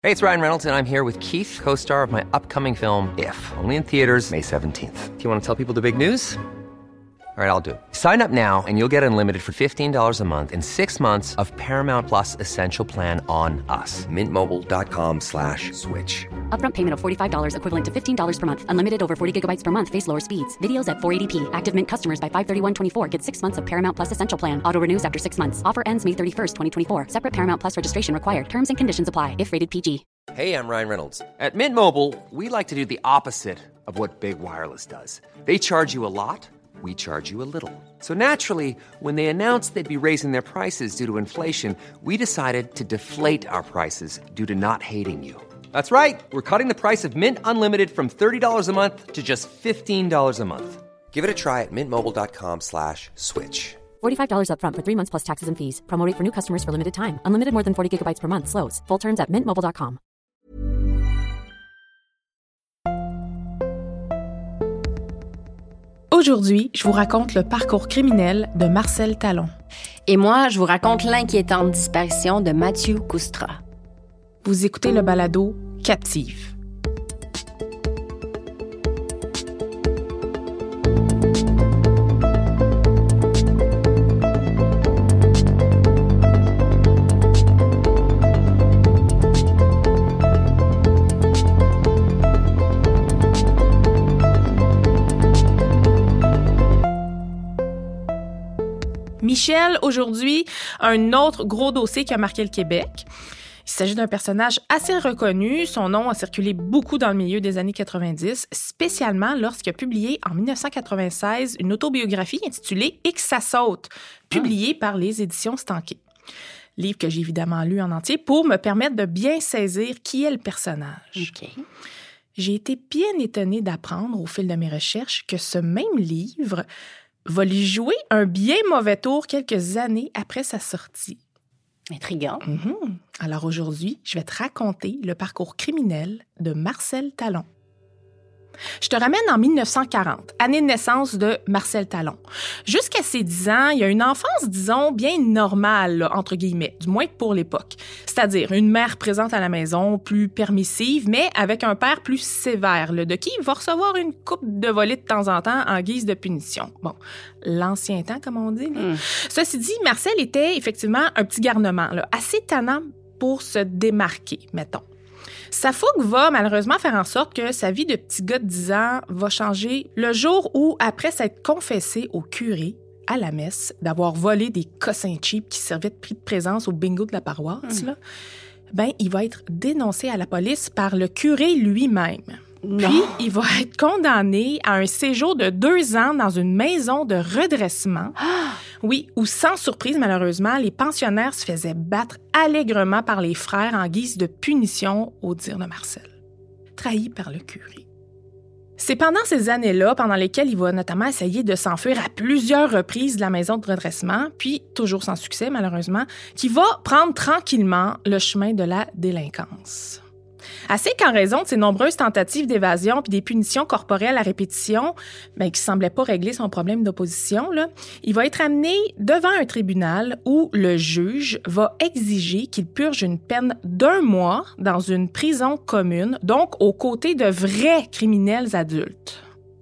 Hey, it's Ryan Reynolds, and I'm here with Keith, co-star of my upcoming film, If, only in theaters May 17th. Do you want to tell people the big news? All right, I'll do it. Sign up now and you'll get unlimited for $15 a month and 6 months of Paramount Plus Essential Plan on us. MintMobile.com/switch. Upfront payment of $45 equivalent to $15 per month. Unlimited over 40 gigabytes per month. Face lower speeds. Videos at 480p. Active Mint customers by 531.24 get 6 months of Paramount Plus Essential Plan. Auto renews after 6 months. Offer ends May 31st, 2024. Separate Paramount Plus registration required. Terms and conditions apply if rated PG. Hey, I'm Ryan Reynolds. At Mint Mobile, we like to do the opposite of what Big Wireless does. They charge you a lot. We charge you a little. So naturally, when they announced they'd be raising their prices due to inflation, we decided to deflate our prices due to not hating you. That's right. We're cutting the price of Mint Unlimited from $30 a month to just $15 a month. Give it a try at mintmobile.com/switch. $45 upfront for 3 months plus taxes and fees. Promo rate for new customers for limited time. Unlimited more than 40 gigabytes per month. Slows full terms at mintmobile.com. Aujourd'hui, je vous raconte le parcours criminel de Marcel Talon. Et moi, je vous raconte l'inquiétante disparition de Mathieu Koustra. Vous écoutez le balado Captive. Michel, aujourd'hui, un autre gros dossier qui a marqué le Québec. Il s'agit d'un personnage assez reconnu. Son nom a circulé beaucoup dans le milieu des années 90, spécialement lorsqu'il a publié en 1996 une autobiographie intitulée « X ça saute », publiée par les éditions Stanké. Livre que j'ai évidemment lu en entier pour me permettre de bien saisir qui est le personnage. OK. J'ai été bien étonnée d'apprendre au fil de mes recherches que ce même livre va lui jouer un bien mauvais tour quelques années après sa sortie. Intriguant. Alors aujourd'hui, je vais te raconter le parcours criminel de Marcel Talon. Je te ramène en 1940, année de naissance de Marcel Talon. Jusqu'à ses 10 ans, il a une enfance, disons, bien normale, là, entre guillemets, du moins pour l'époque. C'est-à-dire une mère présente à la maison, plus permissive, mais avec un père plus sévère, là, de qui il va recevoir une coupe de volée de temps en temps en guise de punition. Bon, l'ancien temps, comme on dit. Là. Ceci dit, Marcel était effectivement un petit garnement, là, assez tannant pour se démarquer, mettons. Sa fougue va malheureusement faire en sorte que sa vie de petit gars de 10 ans va changer le jour où, après s'être confessé au curé à la messe d'avoir volé des cossins cheap qui servaient de prix de présence au bingo de la paroisse, là, ben, il va être dénoncé à la police par le curé lui-même. Non. Puis, il va être condamné à un séjour de 2 ans dans une maison de redressement. Oui, où, sans surprise, malheureusement, les pensionnaires se faisaient battre allègrement par les frères en guise de punition, au dire de Marcel. Trahi par le curé. C'est pendant ces années-là, pendant lesquelles il va notamment essayer de s'enfuir à plusieurs reprises de la maison de redressement, puis toujours sans succès, malheureusement, qu'il va prendre tranquillement le chemin de la délinquance. Assez qu'en raison de ses nombreuses tentatives d'évasion puis des punitions corporelles à répétition, qui ne semblaient pas régler son problème d'opposition, là, il va être amené devant un tribunal où le juge va exiger qu'il purge une peine d'1 mois dans une prison commune, donc aux côtés de vrais criminels adultes.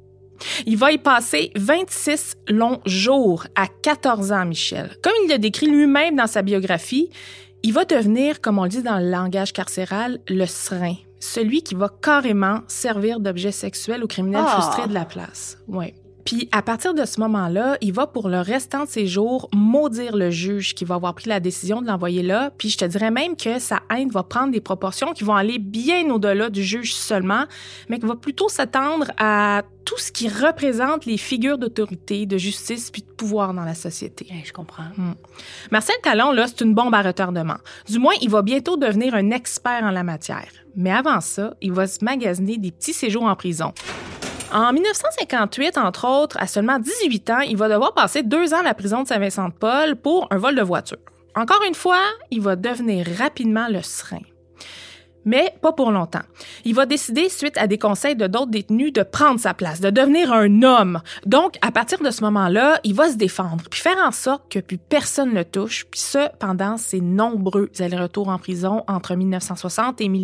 Il va y passer 26 longs jours à 14 ans, Michel. Comme il le décrit lui-même dans sa biographie, il va devenir, comme on le dit dans le langage carcéral, le serin, celui qui va carrément servir d'objet sexuel aux criminels frustrés de la place. Ouais. Puis, à partir de ce moment-là, il va, pour le restant de ses jours, maudire le juge qui va avoir pris la décision de l'envoyer là. Puis, je te dirais même que sa haine va prendre des proportions qui vont aller bien au-delà du juge seulement, mais qui va plutôt s'attendre à tout ce qui représente les figures d'autorité, de justice puis de pouvoir dans la société. Je comprends. Marcel Talon, là, c'est une bombe à retardement. Du moins, il va bientôt devenir un expert en la matière. Mais avant ça, il va se magasiner des petits séjours en prison. En 1958, entre autres, à seulement 18 ans, il va devoir passer 2 ans à la prison de Saint-Vincent-de-Paul pour un vol de voiture. Encore une fois, il va devenir rapidement le serin. Mais pas pour longtemps. Il va décider, suite à des conseils de d'autres détenus, de prendre sa place, de devenir un homme. Donc, à partir de ce moment-là, il va se défendre, puis faire en sorte que plus personne le touche, puis ce, pendant ses nombreux allers-retours en prison entre 1960 et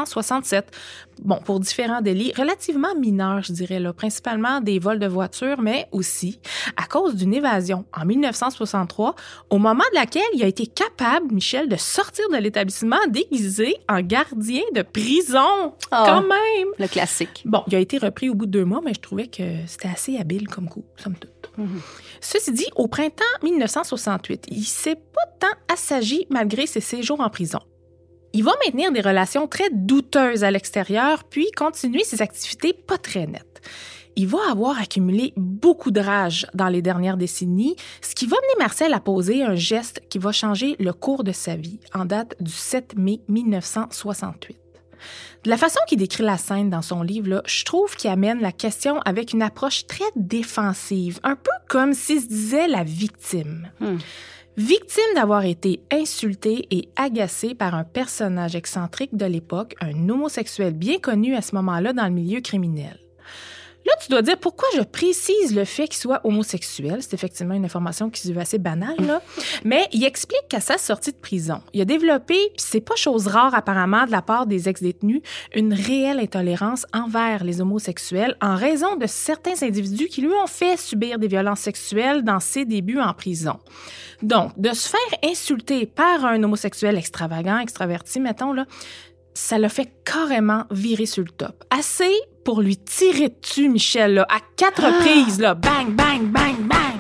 1967. Bon, pour différents délits relativement mineurs, je dirais, là, principalement des vols de voitures, mais aussi à cause d'une évasion en 1963, au moment de laquelle il a été capable, Michel, de sortir de l'établissement déguisé en gardien de prison, quand même. Le classique. Bon, il a été repris au bout de 2 mois, mais je trouvais que c'était assez habile comme coup, somme toute. Ceci dit, au printemps 1968, il s'est pas tant assagi malgré ses séjours en prison. Il va maintenir des relations très douteuses à l'extérieur, puis continuer ses activités pas très nettes. Il va avoir accumulé beaucoup de rage dans les dernières décennies, ce qui va mener Marcel à poser un geste qui va changer le cours de sa vie, en date du 7 mai 1968. De la façon qu'il décrit la scène dans son livre, là, je trouve qu'il amène la question avec une approche très défensive, un peu comme s'il se disait la victime. Victime d'avoir été insulté et agacé par un personnage excentrique de l'époque, un homosexuel bien connu à ce moment-là dans le milieu criminel. Là, tu dois dire pourquoi je précise le fait qu'il soit homosexuel. C'est effectivement une information qui se veut assez banale, là. Mais il explique qu'à sa sortie de prison, il a développé, puis c'est pas chose rare apparemment de la part des ex-détenus, une réelle intolérance envers les homosexuels en raison de certains individus qui lui ont fait subir des violences sexuelles dans ses débuts en prison. Donc, de se faire insulter par un homosexuel extravagant, extraverti, mettons, là, ça l'a fait carrément virer sur le top. Assez pour lui tirer dessus, Michel, là, à 4 reprises, là, bang, bang, bang, bang.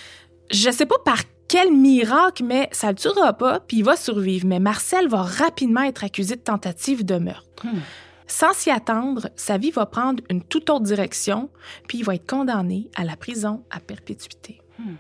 Je sais pas par quel miracle, mais ça le tuera pas, puis il va survivre. Mais Marcel va rapidement être accusé de tentative de meurtre. Sans s'y attendre, sa vie va prendre une toute autre direction, puis il va être condamné à la prison à perpétuité.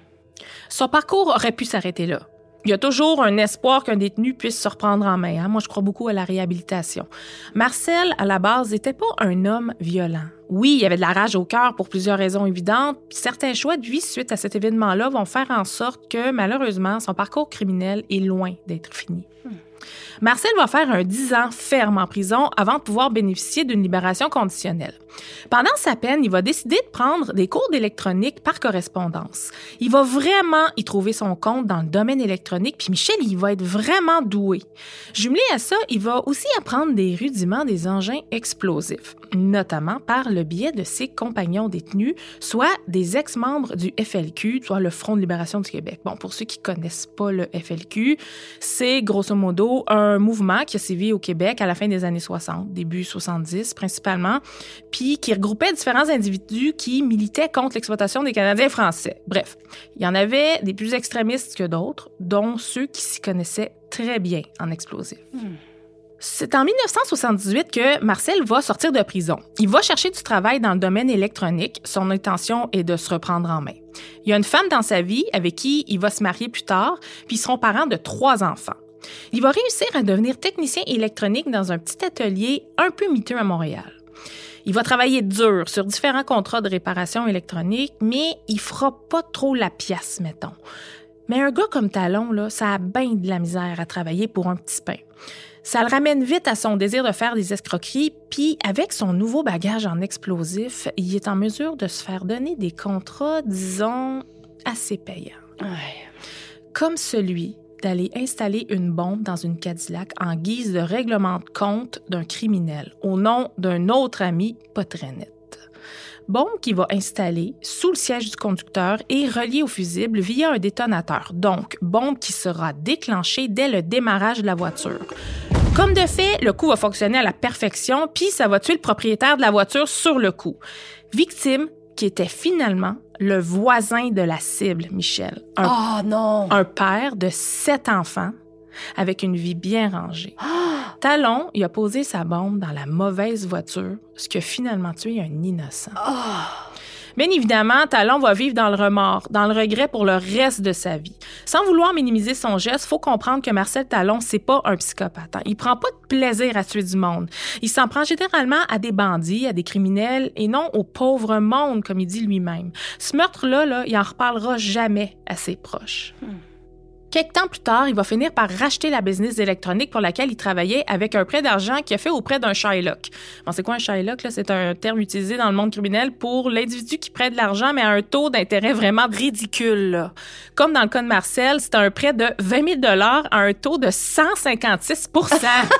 Son parcours aurait pu s'arrêter là. Il y a toujours un espoir qu'un détenu puisse se reprendre en main. Moi, je crois beaucoup à la réhabilitation. Marcel, à la base, n'était pas un homme violent. Oui, il y avait de la rage au cœur pour plusieurs raisons évidentes, puis certains choix de vie suite à cet événement-là vont faire en sorte que, malheureusement, son parcours criminel est loin d'être fini. Marcel va faire un 10 ans ferme en prison avant de pouvoir bénéficier d'une libération conditionnelle. Pendant sa peine, il va décider de prendre des cours d'électronique par correspondance. Il va vraiment y trouver son compte dans le domaine électronique, puis Michel, il va être vraiment doué. Jumelé à ça, il va aussi apprendre des rudiments des engins explosifs, notamment par le biais de ses compagnons détenus, soit des ex-membres du FLQ, soit le Front de libération du Québec. Bon, pour ceux qui connaissent pas le FLQ, c'est grosso modo un mouvement qui a sévi au Québec à la fin des années 60, début 70 principalement, puis qui regroupait différents individus qui militaient contre l'exploitation des Canadiens français. Bref, il y en avait des plus extrémistes que d'autres, dont ceux qui s'y connaissaient très bien en explosifs. C'est en 1978 que Marcel va sortir de prison. Il va chercher du travail dans le domaine électronique. Son intention est de se reprendre en main. Il y a une femme dans sa vie avec qui il va se marier plus tard, puis ils seront parents de 3 enfants. Il va réussir à devenir technicien électronique dans un petit atelier un peu miteux à Montréal. Il va travailler dur sur différents contrats de réparation électronique, mais il fera pas trop la pièce, mettons. Mais un gars comme Talon, là, ça a bien de la misère à travailler pour un petit pain. Ça le ramène vite à son désir de faire des escroqueries, puis avec son nouveau bagage en explosifs, il est en mesure de se faire donner des contrats, disons, assez payants. Comme celui d'aller installer une bombe dans une Cadillac en guise de règlement de compte d'un criminel au nom d'un autre ami pas très net. Bombe qu'il va installer sous le siège du conducteur et reliée au fusible via un détonateur. Donc, bombe qui sera déclenchée dès le démarrage de la voiture. Comme de fait, le coup va fonctionner à la perfection, puis ça va tuer le propriétaire de la voiture sur le coup. Victime qui était finalement le voisin de la cible, Michel. Un père de 7 enfants avec une vie bien rangée. Talon, il a posé sa bombe dans la mauvaise voiture, ce qui a finalement tué un innocent. Bien évidemment, Talon va vivre dans le remords, dans le regret pour le reste de sa vie. Sans vouloir minimiser son geste, il faut comprendre que Marcel Talon, c'est pas un psychopathe. Il prend pas de plaisir à tuer du monde. Il s'en prend généralement à des bandits, à des criminels, et non au pauvre monde, comme il dit lui-même. Ce meurtre-là, il en reparlera jamais à ses proches. Quelques temps plus tard, il va finir par racheter la business d'électronique pour laquelle il travaillait avec un prêt d'argent qu'il a fait auprès d'un Shylock. Bon, c'est quoi un Shylock, là? C'est un terme utilisé dans le monde criminel pour l'individu qui prête de l'argent, mais à un taux d'intérêt vraiment ridicule, là. Comme dans le cas de Marcel, c'était un prêt de 20 000 $ à un taux de 156 %.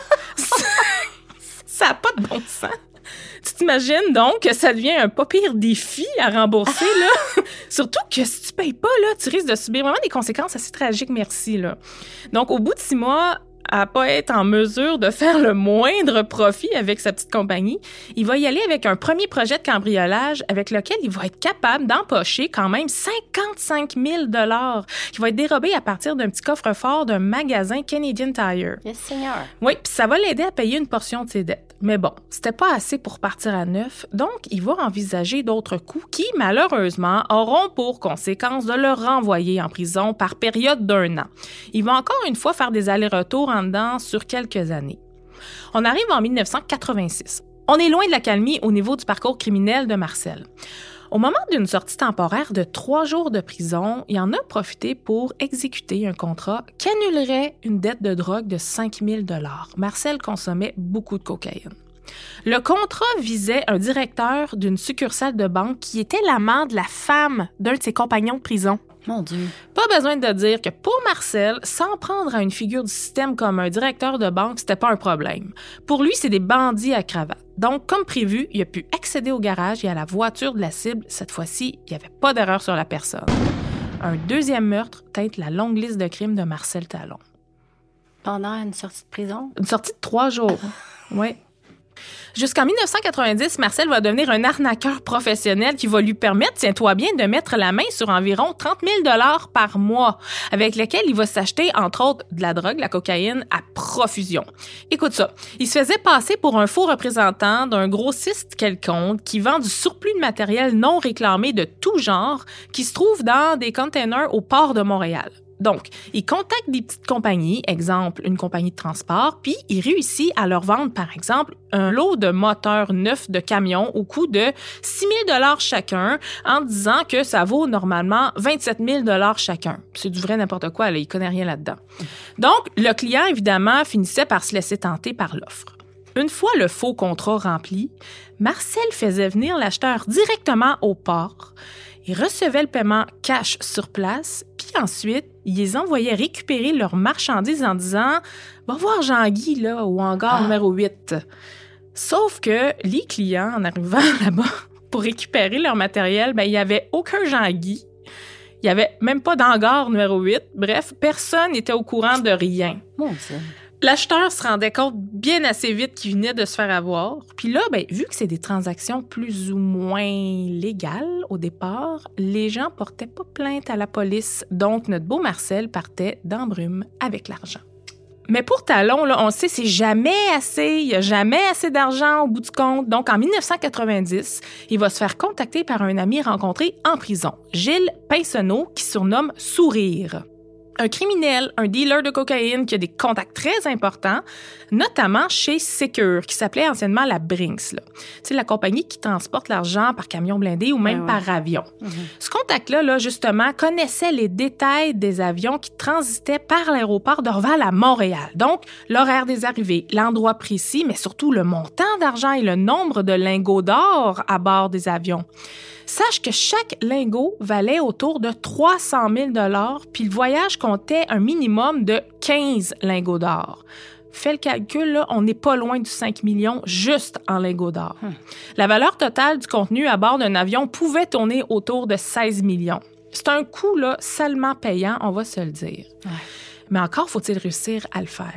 Ça n'a pas de bon sens. Tu t'imagines donc que ça devient un pas pire défi à rembourser, là? Surtout que si tu payes pas, là, tu risques de subir vraiment des conséquences assez tragiques, merci, là. Donc, au bout de 6 mois, à pas être en mesure de faire le moindre profit avec sa petite compagnie, il va y aller avec un premier projet de cambriolage avec lequel il va être capable d'empocher quand même 55 000 $ qui va être dérobé à partir d'un petit coffre-fort d'un magasin Canadian Tire. Yes, Seigneur. Oui, puis ça va l'aider à payer une portion de ses dettes. Mais bon, c'était pas assez pour partir à neuf, donc il va envisager d'autres coups qui, malheureusement, auront pour conséquence de le renvoyer en prison par période d'1 an. Il va encore une fois faire des allers-retours en dedans sur quelques années. On arrive en 1986. On est loin de la calmie au niveau du parcours criminel de Marcel. Au moment d'une sortie temporaire de 3 jours de prison, il en a profité pour exécuter un contrat qui annulerait une dette de drogue de 5 000 $. Marcel consommait beaucoup de cocaïne. Le contrat visait un directeur d'une succursale de banque qui était l'amant de la femme d'un de ses compagnons de prison. Mon Dieu. Pas besoin de dire que pour Marcel, s'en prendre à une figure du système comme un directeur de banque, c'était pas un problème. Pour lui, c'est des bandits à cravate. Donc, comme prévu, il a pu accéder au garage et à la voiture de la cible. Cette fois-ci, il n'y avait pas d'erreur sur la personne. Un deuxième meurtre teinte la longue liste de crimes de Marcel Talon. Pendant une sortie de prison? Une sortie de 3 jours, oui. Jusqu'en 1990, Marcel va devenir un arnaqueur professionnel qui va lui permettre, tiens-toi bien, de mettre la main sur environ 30 000 $ par mois, avec lesquels il va s'acheter, entre autres, de la drogue, la cocaïne, à profusion. Écoute ça, il se faisait passer pour un faux représentant d'un grossiste quelconque qui vend du surplus de matériel non réclamé de tout genre qui se trouve dans des containers au port de Montréal. Donc, il contacte des petites compagnies, exemple une compagnie de transport, puis il réussit à leur vendre, par exemple, un lot de moteurs neufs de camions au coût de 6 000 $ chacun, en disant que ça vaut normalement 27 000 $ chacun. C'est du vrai n'importe quoi, là, il connaît rien là-dedans. Donc, le client, évidemment, finissait par se laisser tenter par l'offre. Une fois le faux contrat rempli, Marcel faisait venir l'acheteur directement au port. Il recevait le paiement cash sur place, puis ensuite, il les envoyait récupérer leurs marchandises en disant « Va voir Jean-Guy, là, au hangar numéro 8 ». Sauf que les clients, en arrivant là-bas pour récupérer leur matériel, il n'y avait aucun Jean-Guy. Il n'y avait même pas d'hangar numéro 8. Bref, personne n'était au courant de rien. Mon Dieu. L'acheteur se rendait compte bien assez vite qu'il venait de se faire avoir. Puis là, vu que c'est des transactions plus ou moins légales au départ, les gens portaient pas plainte à la police. Donc, notre beau Marcel partait dans brume avec l'argent. Mais pour Talon, là, on sait, c'est jamais assez. Il n'y a jamais assez d'argent au bout du compte. Donc, en 1990, il va se faire contacter par un ami rencontré en prison, Gilles Pinsonneau, qui surnomme Sourire. Un criminel, un dealer de cocaïne qui a des contacts très importants, notamment chez Secure, qui s'appelait anciennement la Brinks. C'est la compagnie qui transporte l'argent par camion blindé ou même par avion. Ce contact-là, justement, connaissait les détails des avions qui transitaient par l'aéroport d'Orval à Montréal. Donc, l'horaire des arrivées, l'endroit précis, mais surtout le montant d'argent et le nombre de lingots d'or à bord des avions. Sache que chaque lingot valait autour de 300 000 $, puis le voyage comptait un minimum de 15 lingots d'or. Fais le calcul, là, on n'est pas loin du 5 millions juste en lingots d'or. La valeur totale du contenu à bord d'un avion pouvait tourner autour de 16 millions. C'est un coût là, salement payant, on va se le dire. Ouais. Mais encore faut-il réussir à le faire.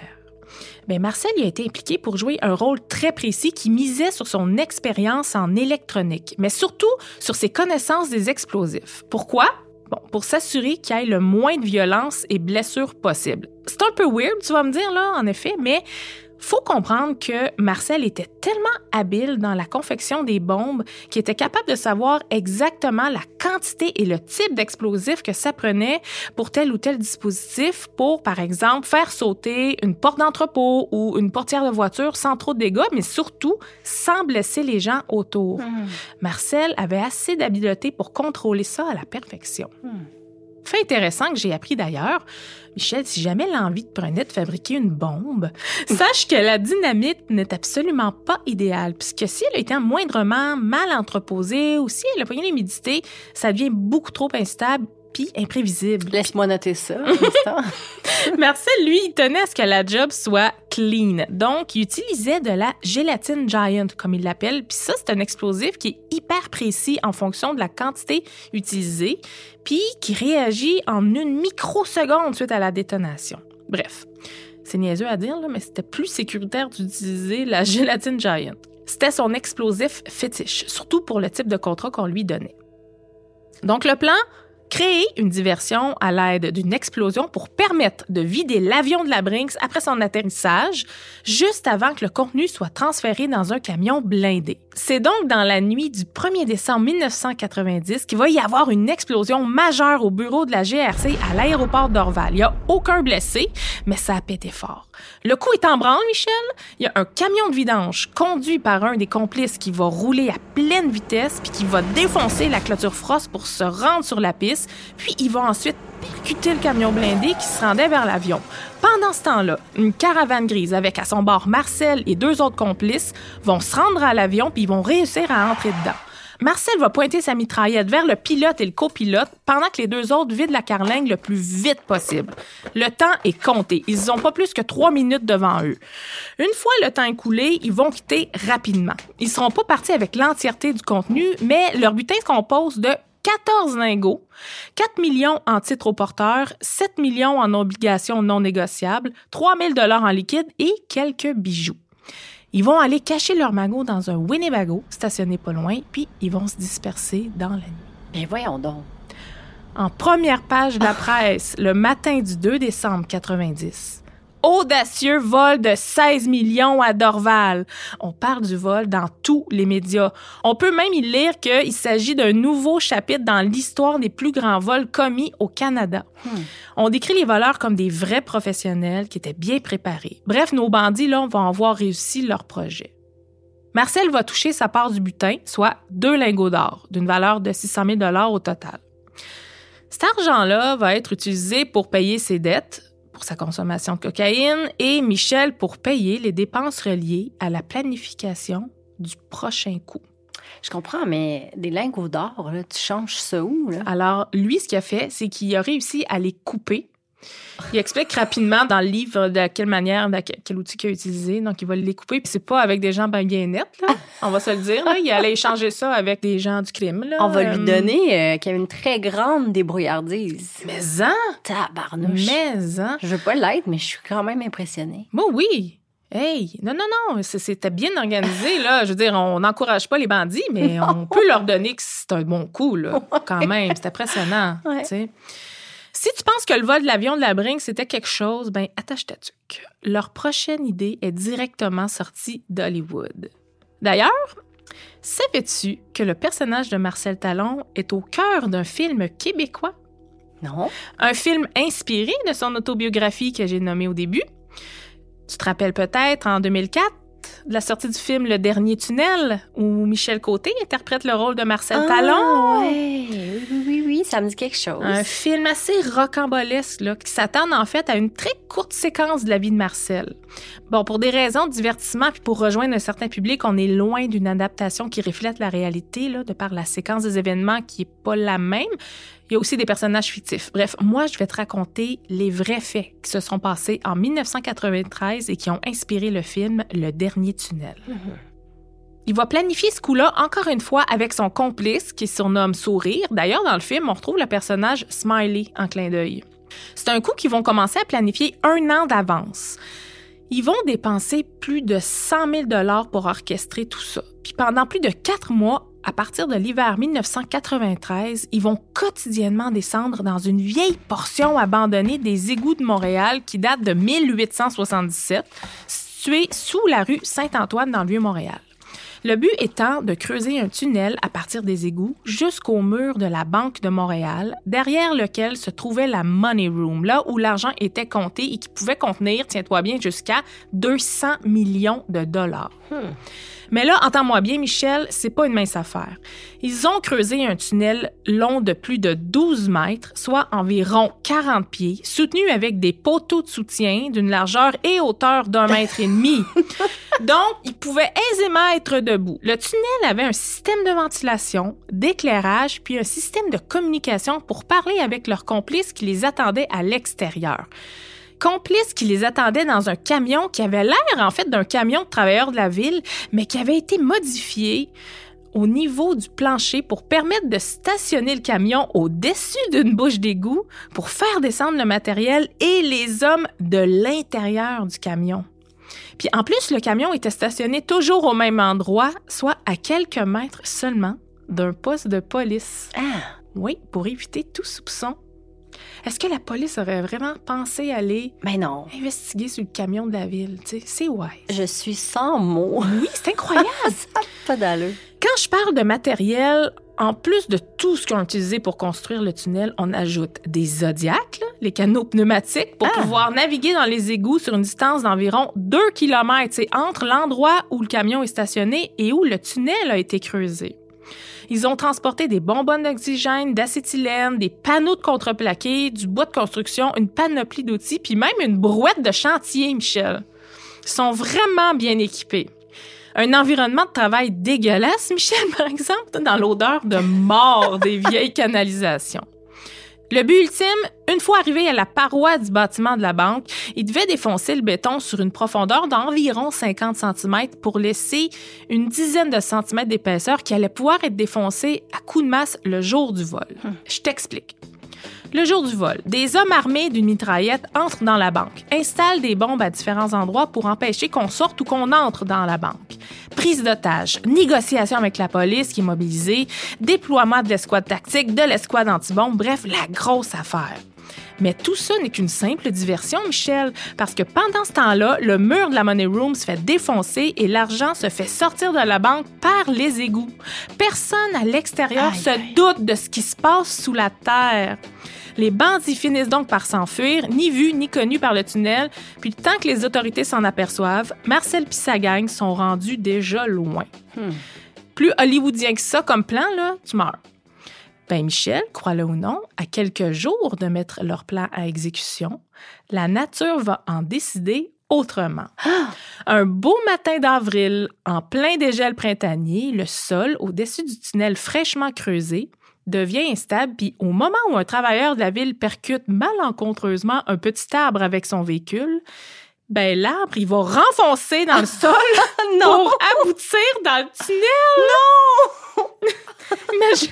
Marcel y a été impliqué pour jouer un rôle très précis qui misait sur son expérience en électronique, mais surtout sur ses connaissances des explosifs. Pourquoi? Pour s'assurer qu'il y ait le moins de violence et blessures possible. C'est un peu weird, tu vas me dire, là, en effet, mais faut comprendre que Marcel était tellement habile dans la confection des bombes qu'il était capable de savoir exactement la quantité et le type d'explosif que ça prenait pour tel ou tel dispositif pour, par exemple, faire sauter une porte d'entrepôt ou une portière de voiture sans trop de dégâts, mais surtout sans blesser les gens autour. Marcel avait assez d'habileté pour contrôler ça à la perfection. Fait intéressant que j'ai appris d'ailleurs, Michel, si jamais l'envie te prenait de fabriquer une bombe, sache que la dynamite n'est absolument pas idéale, puisque si elle a été moindrement mal entreposée ou si elle a pogné l'humidité, ça devient beaucoup trop instable puis imprévisible. Laisse-moi noter ça. Un instant. Marcel, lui, il tenait à ce que la job soit clean. Donc, il utilisait de la gélatine giant, comme il l'appelle. Puis ça, c'est un explosif qui est hyper précis en fonction de la quantité utilisée, puis qui réagit en une microseconde suite à la détonation. Bref, c'est niaiseux à dire, là, mais c'était plus sécuritaire d'utiliser la gélatine giant. C'était son explosif fétiche, surtout pour le type de contrat qu'on lui donnait. Donc, le plan... Créer une diversion à l'aide d'une explosion pour permettre de vider l'avion de la Brinks après son atterrissage, juste avant que le contenu soit transféré dans un camion blindé. C'est donc dans la nuit du 1er décembre 1990 qu'il va y avoir une explosion majeure au bureau de la GRC à l'aéroport d'Orval. Il n'y a aucun blessé, mais ça a pété fort. Le coup est en branle, Michel. Il y a un camion de vidange conduit par un des complices qui va rouler à pleine vitesse puis qui va défoncer la clôture frost pour se rendre sur la piste. Puis il va ensuite percuter le camion blindé qui se rendait vers l'avion. Pendant ce temps-là, une caravane grise avec à son bord Marcel et 2 autres complices vont se rendre à l'avion puis ils vont réussir à entrer dedans. Marcel va pointer sa mitraillette vers le pilote et le copilote pendant que les 2 autres vident la carlingue le plus vite possible. Le temps est compté. Ils n'ont pas plus que 3 minutes devant eux. Une fois le temps écoulé, ils vont quitter rapidement. Ils ne seront pas partis avec l'entièreté du contenu, mais leur butin se compose de 14 lingots, 4 millions en titres au porteur, 7 millions en obligations non négociables, 3 000 $ en liquide et quelques bijoux. Ils vont aller cacher leur magot dans un Winnebago, stationné pas loin, puis ils vont se disperser dans la nuit. Ben voyons donc. En première page de la presse, le matin du 2 décembre 90. Audacieux vol de 16 millions à Dorval. On parle du vol dans tous les médias. On peut même y lire qu'il s'agit d'un nouveau chapitre dans l'histoire des plus grands vols commis au Canada. On décrit les voleurs comme des vrais professionnels qui étaient bien préparés. Bref, nos bandits là, vont avoir réussi leur projet. Marcel va toucher sa part du butin, soit 2 lingots d'or, d'une valeur de 600 000 $ au total. Cet argent-là va être utilisé pour payer ses dettes, pour sa consommation de cocaïne, et Michel pour payer les dépenses reliées à la planification du prochain coup. Je comprends, mais des lingots d'or, là, tu changes ça où, là? Alors, lui, ce qu'il a fait, c'est qu'il a réussi à les couper. Il explique rapidement dans le livre de quelle manière, quel outil qu'il a utilisé. Donc, il va les couper. Puis c'est pas avec des gens bien nettes, là. On va se le dire. Là. Il allait échanger ça avec des gens du crime. Là. On va lui donner qu'il y avait une très grande débrouillardise. Mais-en! Tabarnouche! Mais-en! Je veux pas l'être, mais je suis quand même impressionnée. Moi, oui! Hey! Non, c'était bien organisé, là. Je veux dire, on n'encourage pas les bandits, mais on peut leur donner que c'est un bon coup, là. Quand même, c'est impressionnant, tu sais. Si tu penses que le vol de l'avion de la Brinks, c'était quelque chose, ben attache ta tuque. Leur prochaine idée est directement sortie d'Hollywood. D'ailleurs, savais-tu que le personnage de Marcel Talon est au cœur d'un film québécois? Non. Un film inspiré de son autobiographie que j'ai nommée au début. Tu te rappelles peut-être, en 2004, de la sortie du film Le Dernier Tunnel, où Michel Côté interprète le rôle de Marcel Talon. Oui, ça me dit quelque chose. Un film assez rocambolesque, là, qui s'attend en fait à une très courte séquence de la vie de Marcel. Bon, pour des raisons de divertissement puis pour rejoindre un certain public, on est loin d'une adaptation qui reflète la réalité, là, de par la séquence des événements qui est pas la même. Il y a aussi des personnages fictifs. Bref, moi, je vais te raconter les vrais faits qui se sont passés en 1993 et qui ont inspiré le film Le Dernier Tunnel. Il va planifier ce coup-là, encore une fois, avec son complice, qui se surnomme Sourire. D'ailleurs, dans le film, on retrouve le personnage Smiley en clin d'œil. C'est un coup qu'ils vont commencer à planifier 1 an d'avance. Ils vont dépenser plus de 100 000 $ pour orchestrer tout ça. Puis pendant plus de 4 mois, à partir de l'hiver 1993, ils vont quotidiennement descendre dans une vieille portion abandonnée des égouts de Montréal qui date de 1877, située sous la rue Saint-Antoine dans le Vieux-Montréal. Le but étant de creuser un tunnel à partir des égouts jusqu'au mur de la Banque de Montréal, derrière lequel se trouvait la Money Room, là où l'argent était compté et qui pouvait contenir, tiens-toi bien, jusqu'à 200 millions de dollars. Mais là, entends-moi bien, Michel, c'est pas une mince affaire. Ils ont creusé un tunnel long de plus de 12 mètres, soit environ 40 pieds, soutenu avec des poteaux de soutien d'une largeur et hauteur d'1,5 mètre. Donc, ils pouvaient aisément être debout. Le tunnel avait un système de ventilation, d'éclairage, puis un système de communication pour parler avec leurs complices qui les attendaient à l'extérieur. Complices qui les attendaient dans un camion qui avait l'air, en fait, d'un camion de travailleurs de la ville, mais qui avait été modifié au niveau du plancher pour permettre de stationner le camion au-dessus d'une bouche d'égout pour faire descendre le matériel et les hommes de l'intérieur du camion. Puis en plus, le camion était stationné toujours au même endroit, soit à quelques mètres seulement d'un poste de police. Oui, pour éviter tout soupçon. Est-ce que la police aurait vraiment pensé aller investiguer sur le camion de la ville? Tu sais, c'est wise. Je suis sans mots. Oui, c'est incroyable. Ça n'a pas d'allure. Quand je parle de matériel, en plus de tout ce qu'ils ont utilisé pour construire le tunnel, on ajoute des Zodiacs, là, les canaux pneumatiques, pour pouvoir naviguer dans les égouts sur une distance d'environ 2 km. C'est entre l'endroit où le camion est stationné et où le tunnel a été creusé. Ils ont transporté des bonbonnes d'oxygène, d'acétylène, des panneaux de contreplaqué, du bois de construction, une panoplie d'outils, puis même une brouette de chantier, Michel. Ils sont vraiment bien équipés. Un environnement de travail dégueulasse, Michel, par exemple, dans l'odeur de mort des vieilles canalisations. Le but ultime, une fois arrivé à la paroi du bâtiment de la banque, il devait défoncer le béton sur une profondeur d'environ 50 cm pour laisser une dizaine de centimètres d'épaisseur qui allait pouvoir être défoncé à coups de masse le jour du vol. Je t'explique. Le jour du vol, des hommes armés d'une mitraillette entrent dans la banque, installent des bombes à différents endroits pour empêcher qu'on sorte ou qu'on entre dans la banque. Prise d'otages, négociation avec la police qui est mobilisée, déploiement de l'escouade tactique, de l'escouade anti-bombe, bref, la grosse affaire. Mais tout ça n'est qu'une simple diversion, Michel, parce que pendant ce temps-là, le mur de la Money Room se fait défoncer et l'argent se fait sortir de la banque par les égouts. Personne à l'extérieur se doute de ce qui se passe sous la terre. Les bandits finissent donc par s'enfuir, ni vus ni connus par le tunnel, puis le temps que les autorités s'en aperçoivent, Marcel et sa gang sont rendus déjà loin. Plus hollywoodien que ça comme plan, là, tu meurs. Ben Michel, crois-le ou non, à quelques jours de mettre leur plan à exécution, la nature va en décider autrement. Un beau matin d'avril, en plein dégel printanier, le sol au-dessus du tunnel fraîchement creusé devient instable, puis au moment où un travailleur de la ville percute malencontreusement un petit arbre avec son véhicule, ben l'arbre, il va renfoncer dans le sol pour aboutir dans le tunnel. Non! Imagine.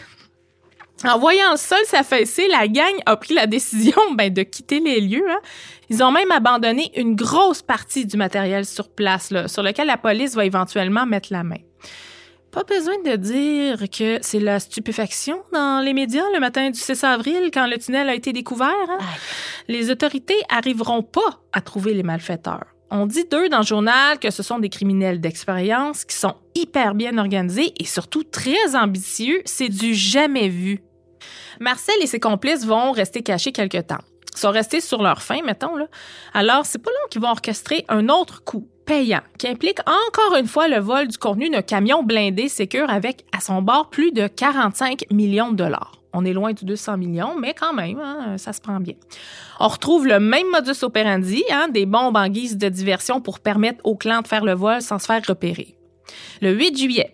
En voyant le sol s'affaisser, la gang a pris la décision de quitter les lieux. Hein. Ils ont même abandonné une grosse partie du matériel sur place, là, sur lequel la police va éventuellement mettre la main. Pas besoin de dire que c'est la stupéfaction dans les médias le matin du 6 avril quand le tunnel a été découvert. Hein. Les autorités arriveront pas à trouver les malfaiteurs. On dit d'eux dans le journal que ce sont des criminels d'expérience qui sont hyper bien organisés et surtout très ambitieux. C'est du jamais vu. Marcel et ses complices vont rester cachés quelque temps. Ils sont restés sur leur faim, mettons, là. Alors, c'est pas long qu'ils vont orchestrer un autre coup payant qui implique encore une fois le vol du contenu d'un camion blindé sécure avec à son bord plus de 45 millions de dollars. On est loin du 200 millions, mais quand même, hein, ça se prend bien. On retrouve le même modus operandi, hein, des bombes en guise de diversion pour permettre au clan de faire le vol sans se faire repérer. Le 8 juillet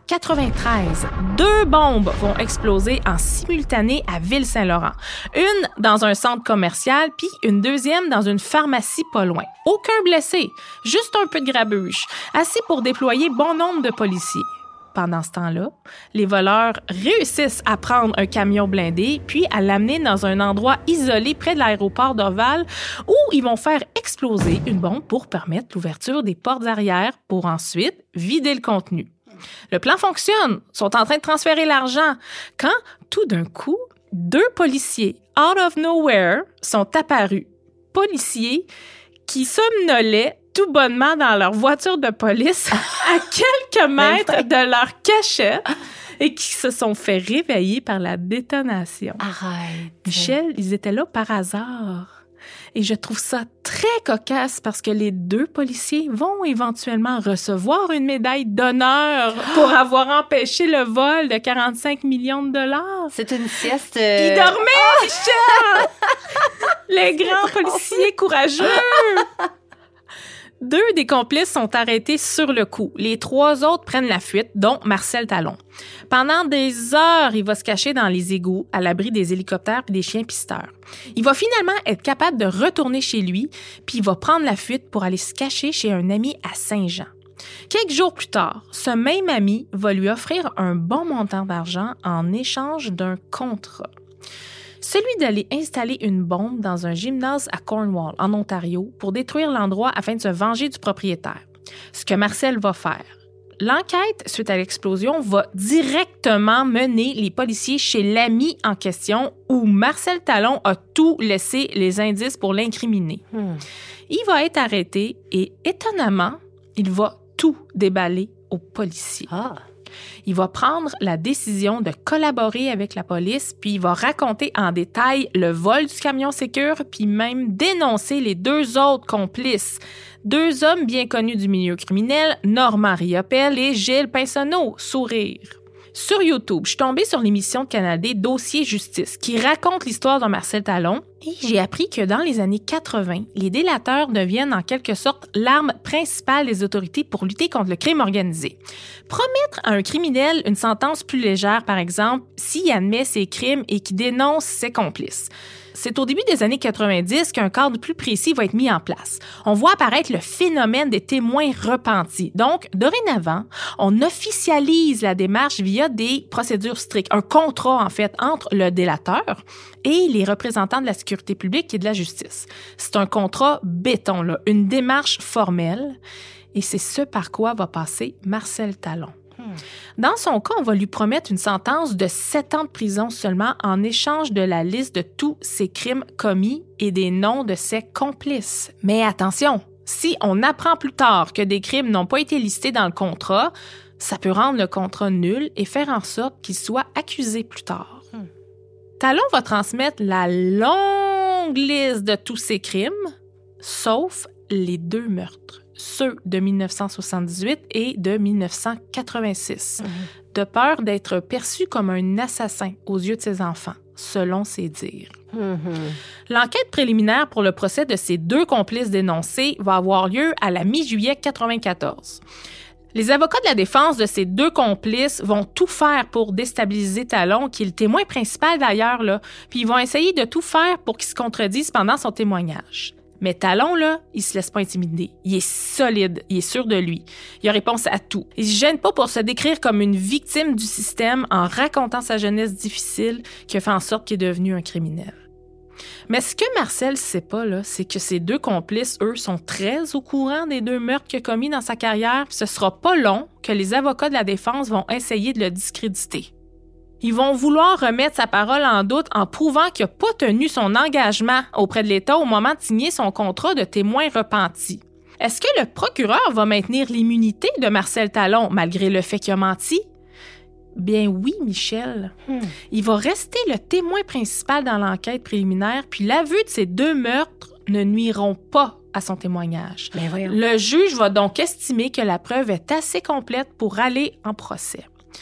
1993, 2 bombes vont exploser en simultané à Ville-Saint-Laurent. Une dans un centre commercial, puis une deuxième dans une pharmacie pas loin. Aucun blessé, juste un peu de grabuge, assez pour déployer bon nombre de policiers. Pendant ce temps-là, les voleurs réussissent à prendre un camion blindé puis à l'amener dans un endroit isolé près de l'aéroport d'Orval où ils vont faire exploser une bombe pour permettre l'ouverture des portes arrière pour ensuite vider le contenu. Le plan fonctionne, ils sont en train de transférer l'argent quand, tout d'un coup, 2 policiers out of nowhere sont apparus. Policiers qui somnolaient tout bonnement dans leur voiture de police à quelques mètres de leur cachette et qui se sont fait réveiller par la détonation. Arrête. Michel, ils étaient là par hasard. Et je trouve ça très cocasse parce que les 2 policiers vont éventuellement recevoir une médaille d'honneur pour avoir empêché le vol de 45 millions de dollars. C'est une sieste... Ils dormaient, Michel! Les grands policiers courageux! 2 des complices sont arrêtés sur le coup. Les 3 autres prennent la fuite, dont Marcel Talon. Pendant des heures, il va se cacher dans les égouts, à l'abri des hélicoptères et des chiens pisteurs. Il va finalement être capable de retourner chez lui, puis il va prendre la fuite pour aller se cacher chez un ami à Saint-Jean. Quelques jours plus tard, ce même ami va lui offrir un bon montant d'argent en échange d'un contrat. Celui d'aller installer une bombe dans un gymnase à Cornwall, en Ontario, pour détruire l'endroit afin de se venger du propriétaire. Ce que Marcel va faire. L'enquête, suite à l'explosion, va directement mener les policiers chez l'ami en question où Marcel Talon a tout laissé les indices pour l'incriminer. Il va être arrêté et, étonnamment, il va tout déballer aux policiers. Il va prendre la décision de collaborer avec la police, puis il va raconter en détail le vol du camion Sécure, puis même dénoncer les 2 autres complices. 2 hommes bien connus du milieu criminel, Normand Riopelle et Gilles Pinsonneau, sourire. Sur YouTube, je suis tombée sur l'émission de Canal D Dossier Justice, qui raconte l'histoire de Marcel Talon, et j'ai appris que dans les années 80, les délateurs deviennent en quelque sorte l'arme principale des autorités pour lutter contre le crime organisé. Promettre à un criminel une sentence plus légère, par exemple, s'il admet ses crimes et qu'il dénonce ses complices. C'est au début des années 90 qu'un cadre plus précis va être mis en place. On voit apparaître le phénomène des témoins repentis. Donc, dorénavant, on officialise la démarche via des procédures strictes, un contrat, en fait, entre le délateur et les représentants de la sécurité publique et de la justice. C'est un contrat béton, là, une démarche formelle, et c'est ce par quoi va passer Marcel Talon. Dans son cas, on va lui promettre une sentence de 7 ans de prison seulement en échange de la liste de tous ses crimes commis et des noms de ses complices. Mais attention, si on apprend plus tard que des crimes n'ont pas été listés dans le contrat, ça peut rendre le contrat nul et faire en sorte qu'il soit accusé plus tard. Talon va transmettre la longue liste de tous ses crimes, sauf les 2 meurtres. Ceux de 1978 et de 1986, de peur d'être perçu comme un assassin aux yeux de ses enfants, selon ses dires. L'enquête préliminaire pour le procès de ces 2 complices dénoncés va avoir lieu à la mi-juillet 1994. Les avocats de la défense de ces 2 complices vont tout faire pour déstabiliser Talon, qui est le témoin principal d'ailleurs, là, puis ils vont essayer de tout faire pour qu'il se contredise pendant son témoignage. Mais Talon, là, il se laisse pas intimider. Il est solide, il est sûr de lui. Il a réponse à tout. Il se gêne pas pour se décrire comme une victime du système en racontant sa jeunesse difficile qui a fait en sorte qu'il est devenu un criminel. Mais ce que Marcel sait pas, là, c'est que ses 2 complices, eux, sont très au courant des 2 meurtres qu'il a commis dans sa carrière, puis ce sera pas long que les avocats de la défense vont essayer de le discréditer. Ils vont vouloir remettre sa parole en doute en prouvant qu'il n'a pas tenu son engagement auprès de l'État au moment de signer son contrat de témoin repenti. Est-ce que le procureur va maintenir l'immunité de Marcel Talon malgré le fait qu'il a menti? Bien oui, Michel. Il va rester le témoin principal dans l'enquête préliminaire, puis l'aveu de ces 2 meurtres ne nuiront pas à son témoignage. Mais voyons. Le juge va donc estimer que la preuve est assez complète pour aller en procès.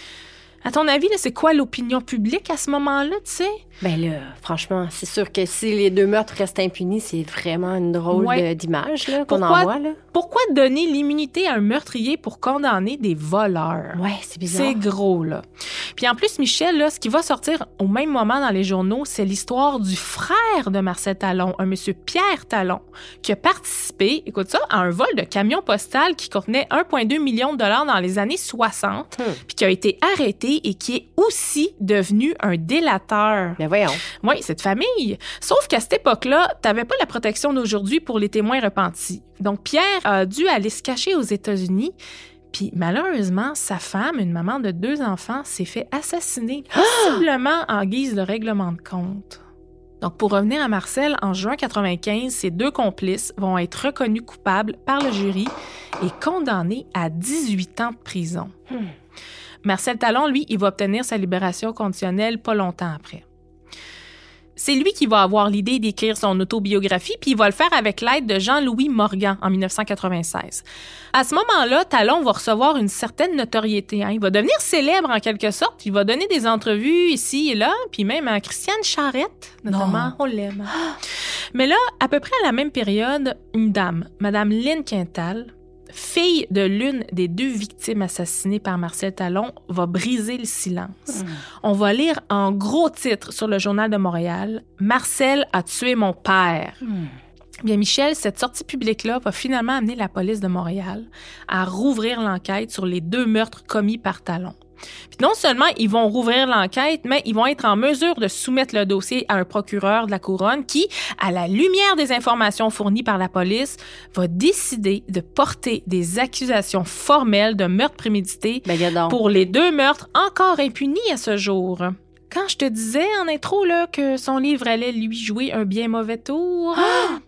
À ton avis, là, c'est quoi l'opinion publique à ce moment-là, tu sais? Ben là, franchement, c'est sûr que si les 2 meurtres restent impunis, c'est vraiment une drôle d'image là, qu'on envoie. Là. Pourquoi donner l'immunité à un meurtrier pour condamner des voleurs? Ouais, c'est bizarre. C'est gros, là. Puis en plus, Michel, là, ce qui va sortir au même moment dans les journaux, c'est l'histoire du frère de Marcel Talon, un monsieur Pierre Talon, qui a participé, écoute ça, à un vol de camion postal qui contenait 1,2 million de dollars dans les années 60, puis qui a été arrêté et qui est aussi devenu un délateur. Mais voyons. Oui, c'est de famille. Sauf qu'à cette époque-là, t'avais pas la protection d'aujourd'hui pour les témoins repentis. Donc, Pierre a dû aller se cacher aux États-Unis. Puis, malheureusement, sa femme, une maman de 2 enfants, s'est fait assassiner, possiblement en guise de règlement de compte. Donc, pour revenir à Marcel, en juin 1995, ses 2 complices vont être reconnus coupables par le jury et condamnés à 18 ans de prison. Marcel Talon, lui, il va obtenir sa libération conditionnelle pas longtemps après. C'est lui qui va avoir l'idée d'écrire son autobiographie, puis il va le faire avec l'aide de Jean-Louis Morgan en 1996. À ce moment-là, Talon va recevoir une certaine notoriété. Il va devenir célèbre en quelque sorte. Il va donner des entrevues ici et là, puis même à Christiane Charette, notamment. On l'aime. Mais là, à peu près à la même période, une dame, Madame Lynne Quintal, fille de l'une des 2 victimes assassinées par Marcel Talon, va briser le silence. On va lire en gros titre sur le Journal de Montréal « Marcel a tué mon père ». Bien, Michel, cette sortie publique-là va finalement amener la police de Montréal à rouvrir l'enquête sur les 2 meurtres commis par Talon. Puis non seulement ils vont rouvrir l'enquête, mais ils vont être en mesure de soumettre le dossier à un procureur de la Couronne qui, à la lumière des informations fournies par la police, va décider de porter des accusations formelles de meurtre prémédité pour les 2 meurtres encore impunis à ce jour. Quand je te disais en intro là, que son livre allait lui jouer un bien mauvais tour...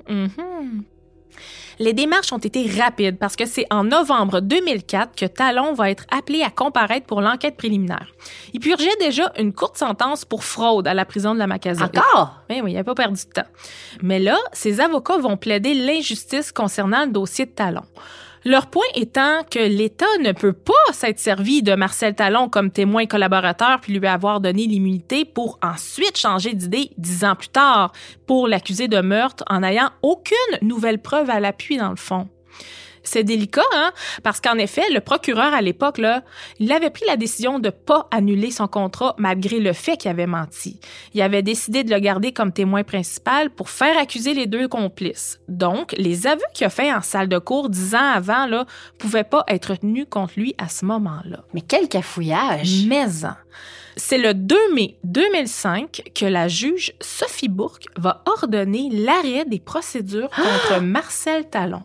Les démarches ont été rapides parce que c'est en novembre 2004 que Talon va être appelé à comparaître pour l'enquête préliminaire. Il purgeait déjà une courte sentence pour fraude à la prison de la Macazette. Encore? Oui, il n'avait pas perdu de temps. Mais là, ses avocats vont plaider l'injustice concernant le dossier de Talon. Leur point étant que l'État ne peut pas s'être servi de Marcel Talon comme témoin collaborateur puis lui avoir donné l'immunité pour ensuite changer d'idée 10 ans plus tard pour l'accuser de meurtre en n'ayant aucune nouvelle preuve à l'appui dans le fond. C'est délicat, parce qu'en effet, le procureur à l'époque, là, il avait pris la décision de pas annuler son contrat malgré le fait qu'il avait menti. Il avait décidé de le garder comme témoin principal pour faire accuser les 2 complices. Donc, les aveux qu'il a faits en salle de cour 10 ans avant, là, pouvaient pas être tenus contre lui à ce moment-là. Mais quel cafouillage! Mais-en. C'est le 2 mai 2005 que la juge Sophie Bourque va ordonner l'arrêt des procédures contre Marcel Talon.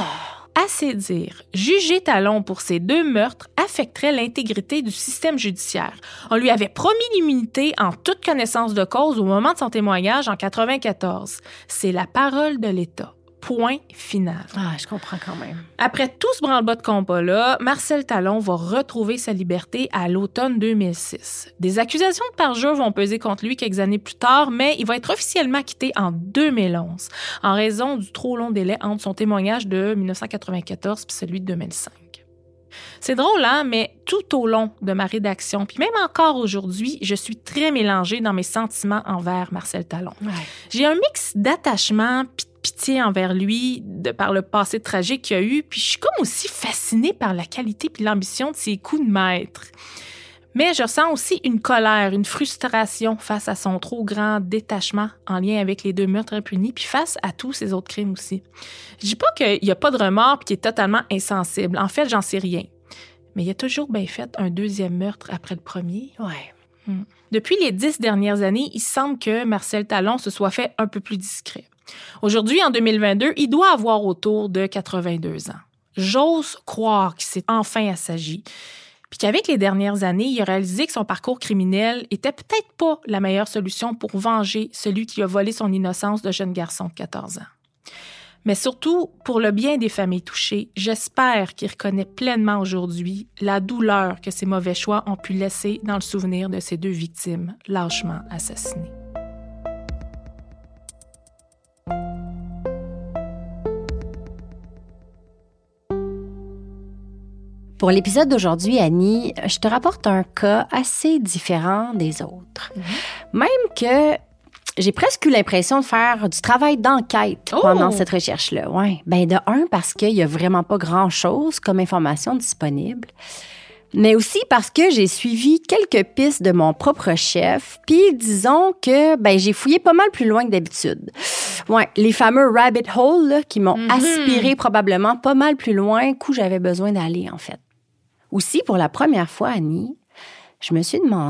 Assez dire, juger Talon pour ces 2 meurtres affecterait l'intégrité du système judiciaire. On lui avait promis l'immunité en toute connaissance de cause au moment de son témoignage en 1994. C'est la parole de l'État. Point final. Je comprends quand même. Après tout ce branle-bas de combat-là, Marcel Talon va retrouver sa liberté à l'automne 2006. Des accusations de parjure vont peser contre lui quelques années plus tard, mais il va être officiellement acquitté en 2011 en raison du trop long délai entre son témoignage de 1994 et celui de 2005. C'est drôle, mais tout au long de ma rédaction, puis même encore aujourd'hui, je suis très mélangée dans mes sentiments envers Marcel Talon. J'ai un mix d'attachement puis de pitié envers lui, par le passé tragique qu'il a eu, puis je suis comme aussi fascinée par la qualité puis l'ambition de ses coups de maître. Mais je ressens aussi une colère, une frustration face à son trop grand détachement en lien avec les 2 meurtres impunis, puis face à tous ses autres crimes aussi. Je dis pas qu'il n'y a pas de remords puis qu'il est totalement insensible. En fait, j'en sais rien. Mais il a toujours bien fait un 2e meurtre après le premier. Depuis les 10 dernières années, il semble que Marcel Talon se soit fait un peu plus discret. Aujourd'hui, en 2022, il doit avoir autour de 82 ans. J'ose croire qu'il s'est enfin assagi, puis qu'avec les dernières années, il a réalisé que son parcours criminel était peut-être pas la meilleure solution pour venger celui qui a volé son innocence de jeune garçon de 14 ans. Mais surtout, pour le bien des familles touchées, j'espère qu'il reconnaît pleinement aujourd'hui la douleur que ses mauvais choix ont pu laisser dans le souvenir de ces 2 victimes lâchement assassinées. Pour l'épisode d'aujourd'hui, Annie, je te rapporte un cas assez différent des autres. Même que j'ai presque eu l'impression de faire du travail d'enquête pendant cette recherche-là. De un, parce qu'il n'y a vraiment pas grand-chose comme information disponible. Mais aussi parce que j'ai suivi quelques pistes de mon propre chef, puis disons que j'ai fouillé pas mal plus loin que d'habitude. Les fameux rabbit holes là, qui m'ont aspiré probablement pas mal plus loin qu'où j'avais besoin d'aller, en fait. Aussi, pour la première fois, Annie, je me suis demandé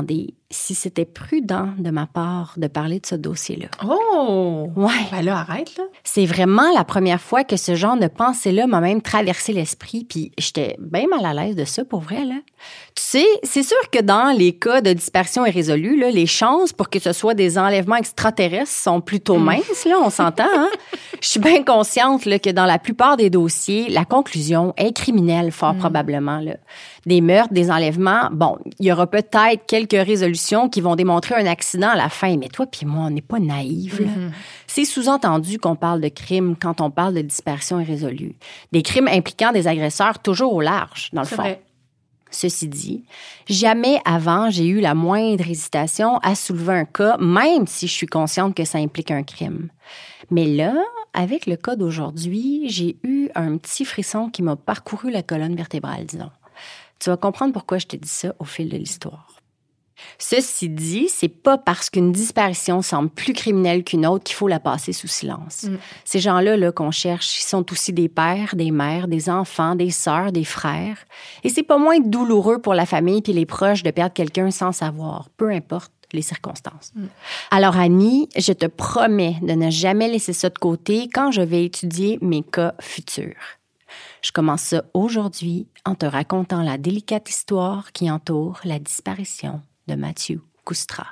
si c'était prudent de ma part de parler de ce dossier-là. Oh! Ouais. Ben là, arrête, là. C'est vraiment la première fois que ce genre de pensée-là m'a même traversé l'esprit, puis j'étais bien mal à l'aise de ça, pour vrai, là. Tu sais, c'est sûr que dans les cas de disparition irrésolue, là, les chances pour que ce soit des enlèvements extraterrestres sont plutôt minces, là, on s'entend, hein? Je suis bien consciente là, que dans la plupart des dossiers, la conclusion est criminelle, fort probablement, là. Des meurtres, des enlèvements, bon, il y aura peut-être quelques résolutions qui vont démontrer un accident à la fin, mais toi puis moi, on n'est pas naïfs, là. C'est sous-entendu qu'on parle de crimes quand on parle de disparition irrésolue. Des crimes impliquant des agresseurs toujours au large, dans le fond. Vrai. Ceci dit, jamais avant j'ai eu la moindre hésitation à soulever un cas, même si je suis consciente que ça implique un crime. Mais là, avec le cas d'aujourd'hui, j'ai eu un petit frisson qui m'a parcouru la colonne vertébrale, disons. Tu vas comprendre pourquoi je te dis ça au fil de l'histoire. Ceci dit, c'est pas parce qu'une disparition semble plus criminelle qu'une autre qu'il faut la passer sous silence. Ces gens-là là, qu'on cherche, ils sont aussi des pères, des mères, des enfants, des sœurs, des frères. Et c'est pas moins douloureux pour la famille puis les proches de perdre quelqu'un sans savoir, peu importe les circonstances. Alors, Annie, je te promets de ne jamais laisser ça de côté quand je vais étudier mes cas futurs. Je commence ça aujourd'hui en te racontant la délicate histoire qui entoure la disparition de Mathieu Koustra.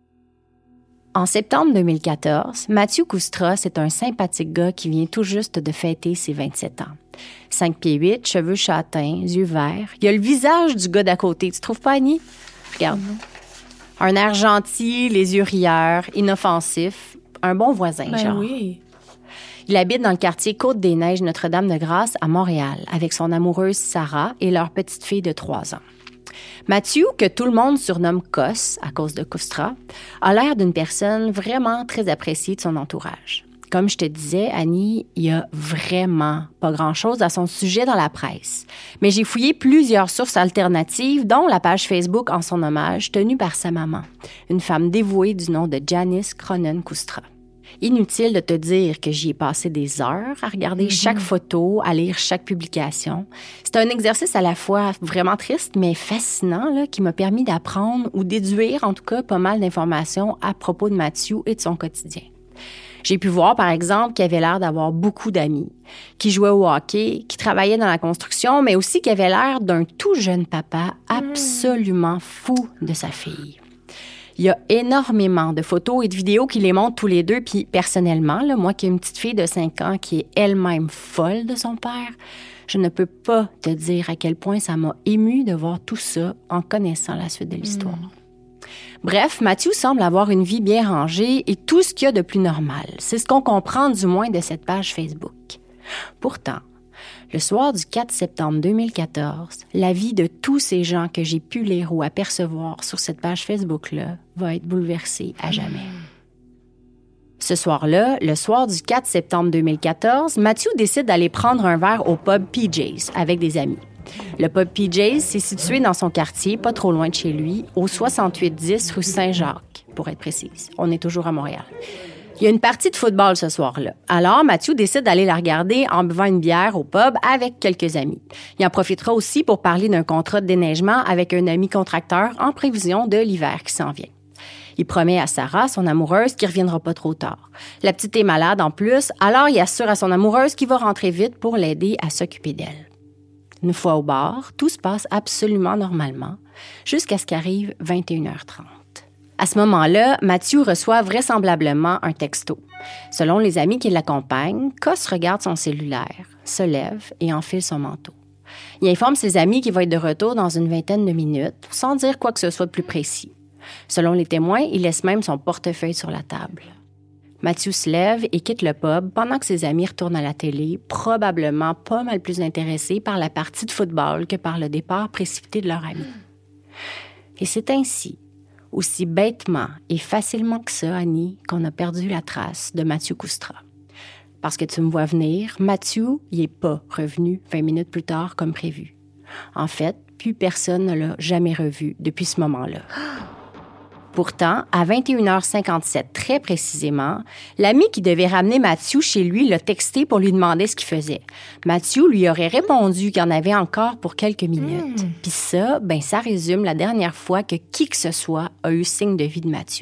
En septembre 2014, Mathieu Koustra, c'est un sympathique gars qui vient tout juste de fêter ses 27 ans. 5 pieds 8, cheveux châtains, yeux verts. Il a le visage du gars d'à côté. Tu trouves pas, Annie? Regarde. Un air gentil, les yeux rieurs, inoffensif. Un bon voisin, genre. Oui. Il habite dans le quartier Côte-des-Neiges, Notre-Dame-de-Grâce, à Montréal, avec son amoureuse Sarah et leur petite fille de 3 ans. Mathieu, que tout le monde surnomme Cos, à cause de Koustra, a l'air d'une personne vraiment très appréciée de son entourage. Comme je te disais, Annie, il y a vraiment pas grand-chose à son sujet dans la presse. Mais j'ai fouillé plusieurs sources alternatives, dont la page Facebook en son hommage, tenue par sa maman, une femme dévouée du nom de Janice Cronin Koustra. Inutile de te dire que j'y ai passé des heures à regarder chaque photo, à lire chaque publication. C'est un exercice à la fois vraiment triste, mais fascinant, là, qui m'a permis d'apprendre ou déduire, en tout cas, pas mal d'informations à propos de Mathieu et de son quotidien. J'ai pu voir, par exemple, qu'il avait l'air d'avoir beaucoup d'amis, qui jouait au hockey, qui travaillait dans la construction, mais aussi qu'il avait l'air d'un tout jeune papa absolument fou de sa fille. Il y a énormément de photos et de vidéos qui les montrent tous les deux. Puis personnellement, là, moi qui ai une petite fille de 5 ans qui est elle-même folle de son père, je ne peux pas te dire à quel point ça m'a émue de voir tout ça en connaissant la suite de l'histoire. Bref, Mathieu semble avoir une vie bien rangée et tout ce qu'il y a de plus normal. C'est ce qu'on comprend du moins de cette page Facebook. Pourtant, le soir du 4 septembre 2014, la vie de tous ces gens que j'ai pu lire ou apercevoir sur cette page Facebook-là va être bouleversée à jamais. Ce soir-là, le soir du 4 septembre 2014, Mathieu décide d'aller prendre un verre au pub PJ's avec des amis. Le pub PJ's, c'est situé dans son quartier, pas trop loin de chez lui, au 6810 rue Saint-Jacques, pour être précise. On est toujours à Montréal. Il y a une partie de football ce soir-là. Alors, Mathieu décide d'aller la regarder en buvant une bière au pub avec quelques amis. Il en profitera aussi pour parler d'un contrat de déneigement avec un ami contracteur en prévision de l'hiver qui s'en vient. Il promet à Sarah, son amoureuse, qu'il reviendra pas trop tard. La petite est malade en plus, alors il assure à son amoureuse qu'il va rentrer vite pour l'aider à s'occuper d'elle. Une fois au bar, tout se passe absolument normalement, jusqu'à ce qu'arrive 21h30. À ce moment-là, Mathieu reçoit vraisemblablement un texto. Selon les amis qui l'accompagnent, Cos regarde son cellulaire, se lève et enfile son manteau. Il informe ses amis qu'il va être de retour dans une vingtaine de minutes, sans dire quoi que ce soit de plus précis. Selon les témoins, il laisse même son portefeuille sur la table. Mathieu se lève et quitte le pub pendant que ses amis retournent à la télé, probablement pas mal plus intéressés par la partie de football que par le départ précipité de leur ami. Et c'est ainsi, aussi bêtement et facilement que ça, Annie, qu'on a perdu la trace de Mathieu Koustra. Parce que tu me vois venir, Mathieu, il n'est pas revenu 20 minutes plus tard comme prévu. En fait, plus personne ne l'a jamais revu depuis ce moment-là. Pourtant, à 21h57, très précisément, l'ami qui devait ramener Matthew chez lui l'a texté pour lui demander ce qu'il faisait. Matthew lui aurait répondu qu'il y en avait encore pour quelques minutes. Puis ça, ça résume la dernière fois que qui que ce soit a eu signe de vie de Matthew.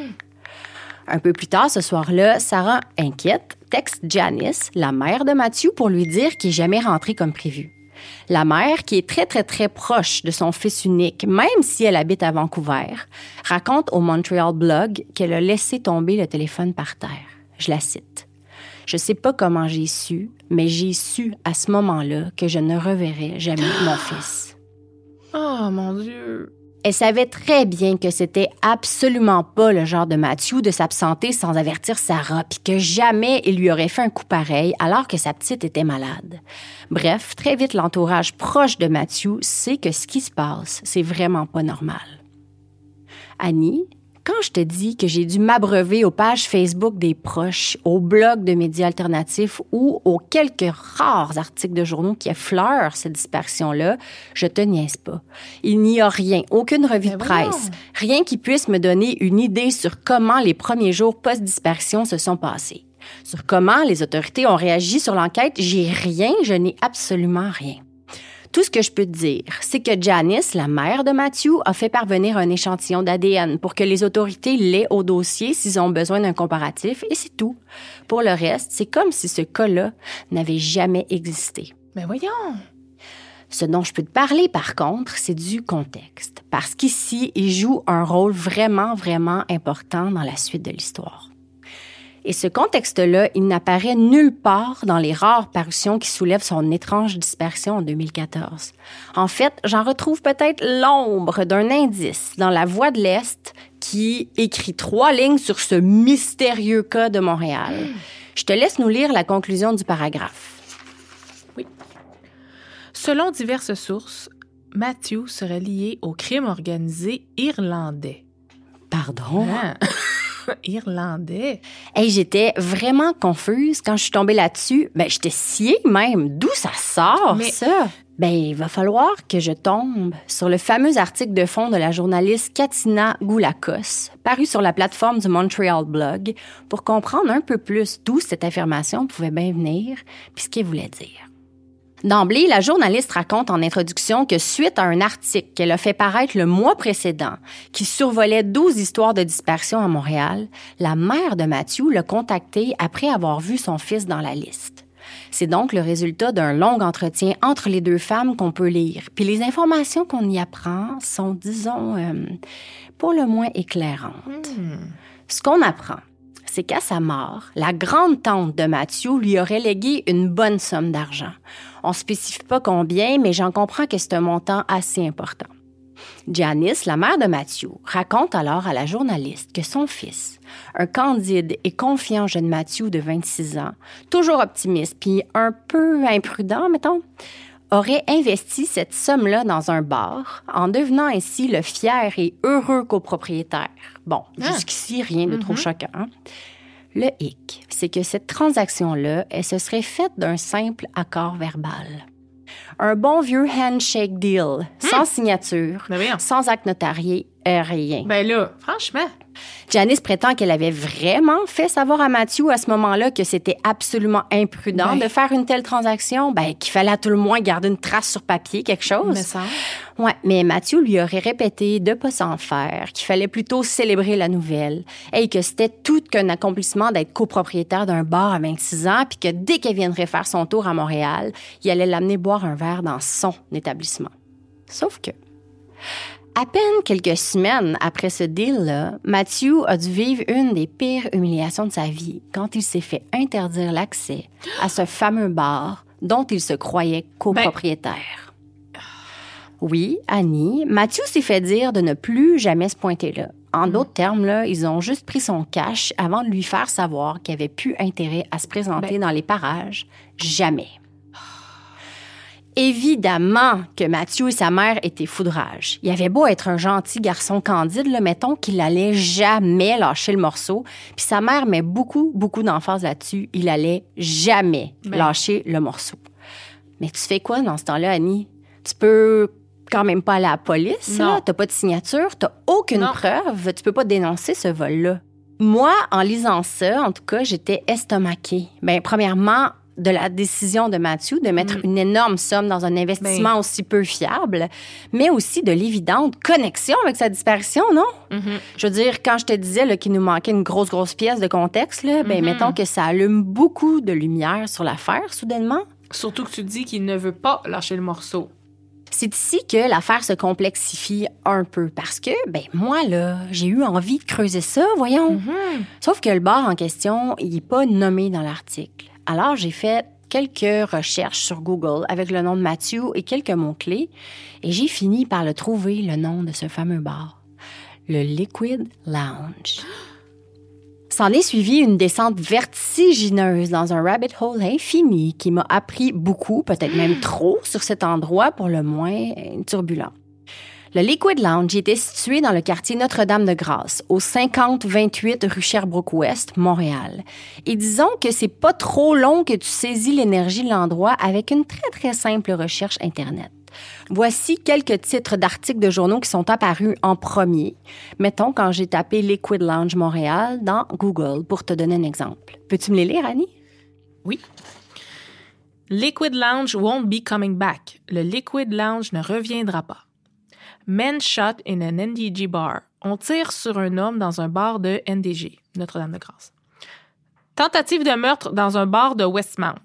Un peu plus tard, ce soir-là, Sarah, inquiète, texte Janice, la mère de Matthew, pour lui dire qu'il n'est jamais rentré comme prévu. La mère, qui est très, très, très proche de son fils unique, même si elle habite à Vancouver, raconte au Montreal Blog qu'elle a laissé tomber le téléphone par terre. Je la cite. « Je sais pas comment j'ai su, mais j'ai su à ce moment-là que je ne reverrai jamais mon fils. » Oh, mon Dieu! Elle savait très bien que c'était absolument pas le genre de Matthew de s'absenter sans avertir Sarah, puis que jamais il lui aurait fait un coup pareil alors que sa petite était malade. Bref, très vite, l'entourage proche de Matthew sait que ce qui se passe, c'est vraiment pas normal. Annie, quand je te dis que j'ai dû m'abreuver aux pages Facebook des proches, aux blogs de médias alternatifs ou aux quelques rares articles de journaux qui effleurent cette disparition-là, je te niaise pas. Il n'y a rien, aucune revue de presse, rien qui puisse me donner une idée sur comment les premiers jours post-disparition se sont passés. Sur comment les autorités ont réagi sur l'enquête, j'ai rien, je n'ai absolument rien. Tout ce que je peux te dire, c'est que Janice, la mère de Matthew, a fait parvenir un échantillon d'ADN pour que les autorités l'aient au dossier s'ils ont besoin d'un comparatif, et c'est tout. Pour le reste, c'est comme si ce cas-là n'avait jamais existé. Mais voyons! Ce dont je peux te parler, par contre, c'est du contexte, parce qu'ici, il joue un rôle vraiment, vraiment important dans la suite de l'histoire. Et ce contexte-là, il n'apparaît nulle part dans les rares parutions qui soulèvent son étrange disparition en 2014. En fait, j'en retrouve peut-être l'ombre d'un indice dans La Voix de l'Est qui écrit 3 lignes sur ce mystérieux cas de Montréal. Je te laisse nous lire la conclusion du paragraphe. Oui. Selon diverses sources, Matthew serait lié au crime organisé irlandais. Pardon? Ah. Irlandais. Hey, j'étais vraiment confuse quand je suis tombée là-dessus. J'étais sciée même. D'où ça sort, ça? Il va falloir que je tombe sur le fameux article de fond de la journaliste Katina Goulakos, paru sur la plateforme du Montreal Blog, pour comprendre un peu plus d'où cette affirmation pouvait bien venir puis ce qu'elle voulait dire. D'emblée, la journaliste raconte en introduction que suite à un article qu'elle a fait paraître le mois précédent, qui survolait 12 histoires de disparition à Montréal, la mère de Matthew l'a contacté après avoir vu son fils dans la liste. C'est donc le résultat d'un long entretien entre les deux femmes qu'on peut lire. Puis les informations qu'on y apprend sont, disons, pour le moins éclairantes. Ce qu'on apprend, c'est qu'à sa mort, la grande-tante de Matthew lui aurait légué une bonne somme d'argent. On ne spécifie pas combien, mais j'en comprends que c'est un montant assez important. Janice, la mère de Matthew, raconte alors à la journaliste que son fils, un candide et confiant jeune Matthew de 26 ans, toujours optimiste puis un peu imprudent, mettons, aurait investi cette somme-là dans un bar, en devenant ainsi le fier et heureux copropriétaire. Bon, jusqu'ici, rien de trop choquant. Le hic, c'est que cette transaction-là, elle se serait faite d'un simple accord verbal. Un bon vieux handshake deal, sans signature, sans acte notarié, rien. Franchement. Janice prétend qu'elle avait vraiment fait savoir à Matthew à ce moment-là que c'était absolument imprudent de faire une telle transaction, qu'il fallait à tout le moins garder une trace sur papier, quelque chose. Mais ça. Ouais, mais Matthew lui aurait répété de pas s'en faire, qu'il fallait plutôt célébrer la nouvelle, et que c'était tout qu'un accomplissement d'être copropriétaire d'un bar à 26 ans, puis que dès qu'elle viendrait faire son tour à Montréal, il allait l'amener boire un verre dans son établissement. Sauf que, à peine quelques semaines après ce deal-là, Matthew a dû vivre une des pires humiliations de sa vie quand il s'est fait interdire l'accès à ce fameux bar dont il se croyait copropriétaire. Oui, Annie, Matthew s'est fait dire de ne plus jamais se pointer là. En d'autres termes, là, ils ont juste pris son cash avant de lui faire savoir qu'il avait plus intérêt à se présenter dans les parages. Jamais. Évidemment que Matthew et sa mère étaient foudrages. Il avait beau être un gentil garçon candide, là, mettons qu'il allait jamais lâcher le morceau. Puis sa mère met beaucoup, beaucoup d'emphase là-dessus. Il allait jamais lâcher le morceau. Mais tu fais quoi dans ce temps-là, Annie? Tu peux quand même pas aller à la police. Non. Tu n'as pas de signature, tu n'as aucune Non. preuve. Tu peux pas dénoncer ce vol-là. Moi, en lisant ça, en tout cas, j'étais estomaquée. Bien, premièrement, de la décision de Matthew de mettre une énorme somme dans un investissement aussi peu fiable, mais aussi de l'évidente connexion avec sa disparition, non? Je veux dire, quand je te disais là, qu'il nous manquait une grosse pièce de contexte, là, ben, mettons que ça allume beaucoup de lumière sur l'affaire, soudainement. Surtout que tu dis qu'il ne veut pas lâcher le morceau. C'est ici que l'affaire se complexifie un peu parce que, ben moi, là, j'ai eu envie de creuser ça, voyons. Sauf que le bar en question, il n'est pas nommé dans l'article. Alors, j'ai fait quelques recherches sur Google avec le nom de Matthew et quelques mots-clés et j'ai fini par le trouver, le nom de ce fameux bar. Le Liquid Lounge. S'en est suivi une descente vertigineuse dans un rabbit hole infini qui m'a appris beaucoup, peut-être même trop, sur cet endroit pour le moins turbulent. Le Liquid Lounge était situé dans le quartier Notre-Dame-de-Grâce, au 5028 rue Sherbrooke-Ouest, Montréal. Et disons que c'est pas trop long que tu saisis l'énergie de l'endroit avec une très simple recherche Internet. Voici quelques titres d'articles de journaux qui sont apparus en premier. Mettons quand j'ai tapé Liquid Lounge Montréal dans Google pour te donner un exemple. Peux-tu me les lire, Annie? Oui. Liquid Lounge won't be coming back. Le Liquid Lounge ne reviendra pas. Men shot in an NDG bar. On tire sur un homme dans un bar de NDG, Notre-Dame-de-Grâce. Tentative de meurtre dans un bar de Westmount.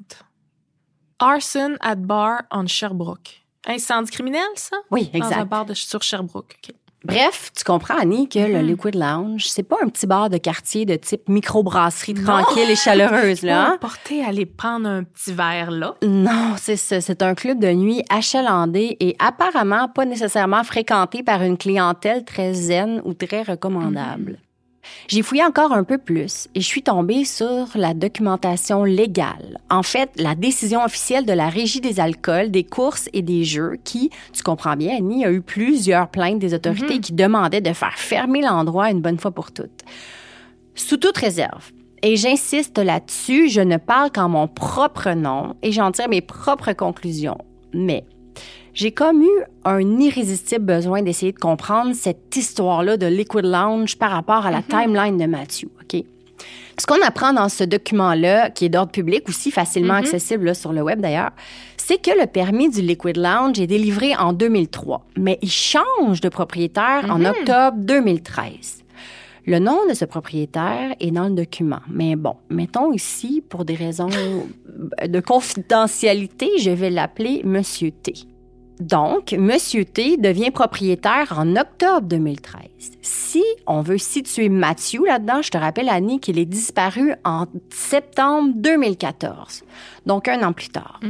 Arson at bar on Sherbrooke. Incendie criminel, ça? Oui, exact. Dans un bar sur Sherbrooke. Okay. Bref, tu comprends, Annie, que le Liquid Lounge, c'est pas un petit bar de quartier de type microbrasserie tranquille et chaleureuse, là. Pas porté à aller prendre un petit verre, là. Non, c'est ça. C'est un club de nuit achalandé et apparemment pas nécessairement fréquenté par une clientèle très zen ou très recommandable. J'ai fouillé encore un peu plus et je suis tombée sur la documentation légale. En fait, la décision officielle de la Régie des alcools, des courses et des jeux qui, tu comprends bien, Annie, a eu plusieurs plaintes des autorités qui demandaient de faire fermer l'endroit une bonne fois pour toutes. Sous toute réserve. Et j'insiste là-dessus, je ne parle qu'en mon propre nom et j'en tire mes propres conclusions. Mais j'ai comme eu un irrésistible besoin d'essayer de comprendre cette histoire-là de Liquid Lounge par rapport à la timeline de Matthew, OK? Ce qu'on apprend dans ce document-là, qui est d'ordre public, aussi facilement accessible là, sur le web d'ailleurs, c'est que le permis du Liquid Lounge est délivré en 2003, mais il change de propriétaire en octobre 2013. Le nom de ce propriétaire est dans le document. Mais bon, mettons ici, pour des raisons de confidentialité, je vais l'appeler Monsieur T. Donc, Monsieur T devient propriétaire en octobre 2013. Si on veut situer Matthew là-dedans, je te rappelle, Annie, qu'il est disparu en septembre 2014, donc 1 an plus tard.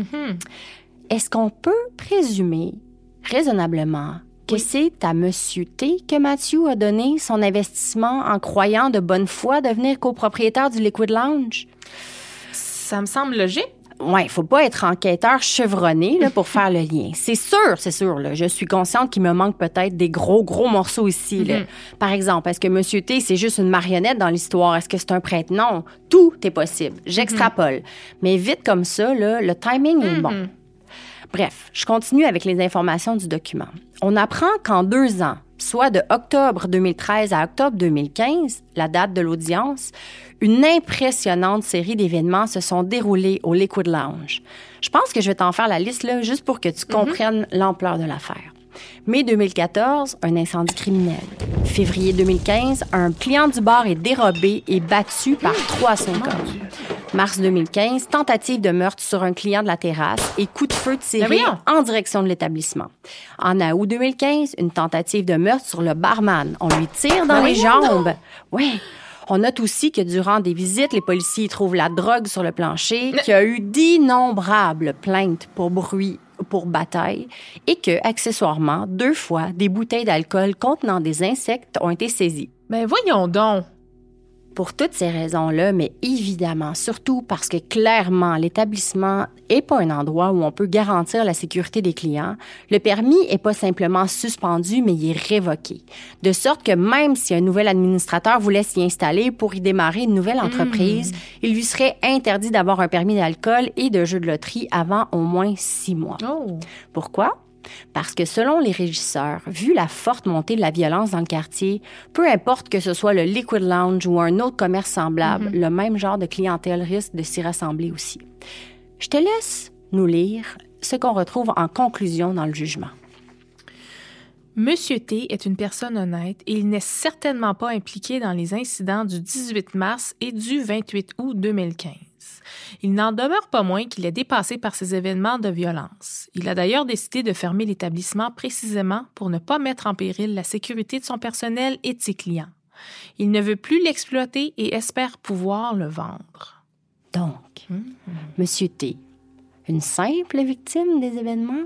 Est-ce qu'on peut présumer raisonnablement que c'est à Monsieur T que Matthew a donné son investissement en croyant de bonne foi devenir copropriétaire du Liquid Lounge? Ça me semble logique. Oui, il faut pas être enquêteur chevronné là, pour faire le lien. C'est sûr. Là, je suis consciente qu'il me manque peut-être des gros morceaux ici. Là. Par exemple, est-ce que Monsieur T, c'est juste une marionnette dans l'histoire? Est-ce que c'est un prêtre? Non, tout est possible. J'extrapole. Mais vite comme ça, là, le timing est bon. Bref, je continue avec les informations du document. On apprend qu'en 2 ans, soit de octobre 2013 à octobre 2015, la date de l'audience, une impressionnante série d'événements se sont déroulés au Liquid Lounge. Je pense que je vais t'en faire la liste là, juste pour que tu comprennes l'ampleur de l'affaire. Mai 2014, un incendie criminel. Février 2015, un client du bar est dérobé et battu par 3 à 5 hommes. Mars 2015, tentative de meurtre sur un client de la terrasse et coup de feu tiré en direction de l'établissement. En août 2015, une tentative de meurtre sur le barman. On lui tire dans les jambes. Oui. On note aussi que durant des visites, les policiers y trouvent la drogue sur le plancher, qu'il y a eu d'innombrables plaintes pour bruit pour bataille et que, accessoirement, 2 fois, des bouteilles d'alcool contenant des insectes ont été saisies. Ben voyons donc! Pour toutes ces raisons-là, mais évidemment, surtout parce que clairement, l'établissement n'est pas un endroit où on peut garantir la sécurité des clients, le permis n'est pas simplement suspendu, mais il est révoqué. De sorte que même si un nouvel administrateur voulait s'y installer pour y démarrer une nouvelle entreprise, il lui serait interdit d'avoir un permis d'alcool et de jeux de loterie avant au moins 6 mois. Oh. Pourquoi? Parce que selon les régisseurs, vu la forte montée de la violence dans le quartier, peu importe que ce soit le Liquid Lounge ou un autre commerce semblable, le même genre de clientèle risque de s'y rassembler aussi. Je te laisse nous lire ce qu'on retrouve en conclusion dans le jugement. Monsieur T est une personne honnête et il n'est certainement pas impliqué dans les incidents du 18 mars et du 28 août 2015. Il n'en demeure pas moins qu'il est dépassé par ces événements de violence. Il a d'ailleurs décidé de fermer l'établissement précisément pour ne pas mettre en péril la sécurité de son personnel et de ses clients. Il ne veut plus l'exploiter et espère pouvoir le vendre. Donc, Monsieur T, une simple victime des événements?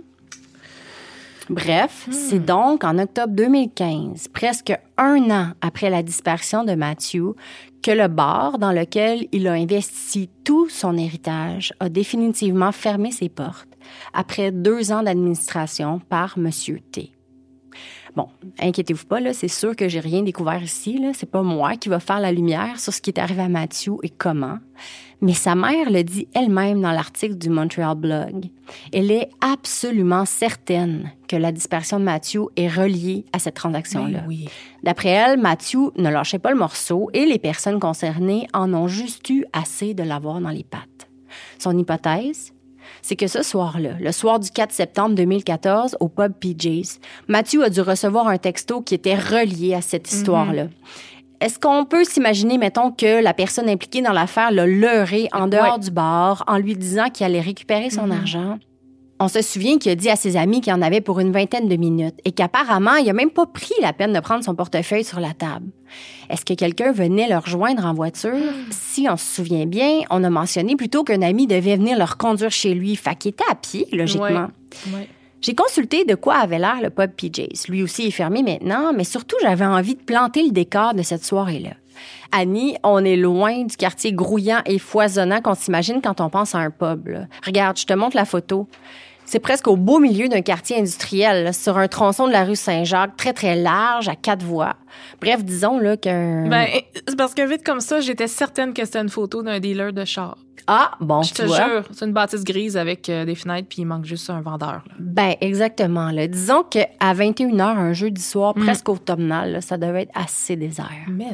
Bref, c'est donc en octobre 2015, presque 1 an après la disparition de Matthew, que le bar dans lequel il a investi tout son héritage a définitivement fermé ses portes après 2 ans d'administration par Monsieur T. Bon, inquiétez-vous pas, là, c'est sûr que j'ai rien découvert ici. Là. C'est pas moi qui va faire la lumière sur ce qui est arrivé à Matthew et comment. Mais sa mère le dit elle-même dans l'article du Montreal Blog. Elle est absolument certaine que la disparition de Matthew est reliée à cette transaction-là. Oui. D'après elle, Matthew ne lâchait pas le morceau et les personnes concernées en ont juste eu assez de l'avoir dans les pattes. Son hypothèse, c'est que ce soir-là, le soir du 4 septembre 2014, au pub PJ's, Matthew a dû recevoir un texto qui était relié à cette histoire-là. Est-ce qu'on peut s'imaginer, mettons, que la personne impliquée dans l'affaire l'a leurré en dehors du bar en lui disant qu'il allait récupérer son argent? On se souvient qu'il a dit à ses amis qu'il en avait pour une 20aine de minutes et qu'apparemment, il n'a même pas pris la peine de prendre son portefeuille sur la table. Est-ce que quelqu'un venait le rejoindre en voiture? Si on se souvient bien, on a mentionné plutôt qu'un ami devait venir le reconduire chez lui. Fait qu'il était à pied, logiquement. Ouais. J'ai consulté de quoi avait l'air le pub PJ's. Lui aussi est fermé maintenant, mais surtout, j'avais envie de planter le décor de cette soirée-là. Annie, on est loin du quartier grouillant et foisonnant qu'on s'imagine quand on pense à un pub. Là. Regarde, je te montre la photo. C'est presque au beau milieu d'un quartier industriel, là, sur un tronçon de la rue Saint-Jacques, très, très large, à 4 voies. Bref, disons là que... Ben, c'est parce que vite comme ça, j'étais certaine que c'était une photo d'un dealer de char. Ah, bon, je te jure, c'est une bâtisse grise avec des fenêtres, puis il manque juste un vendeur. Là. Ben, exactement. Là. Disons qu'à 21h, un jeudi soir, presque automnal, là, ça devait être assez désert. Mais...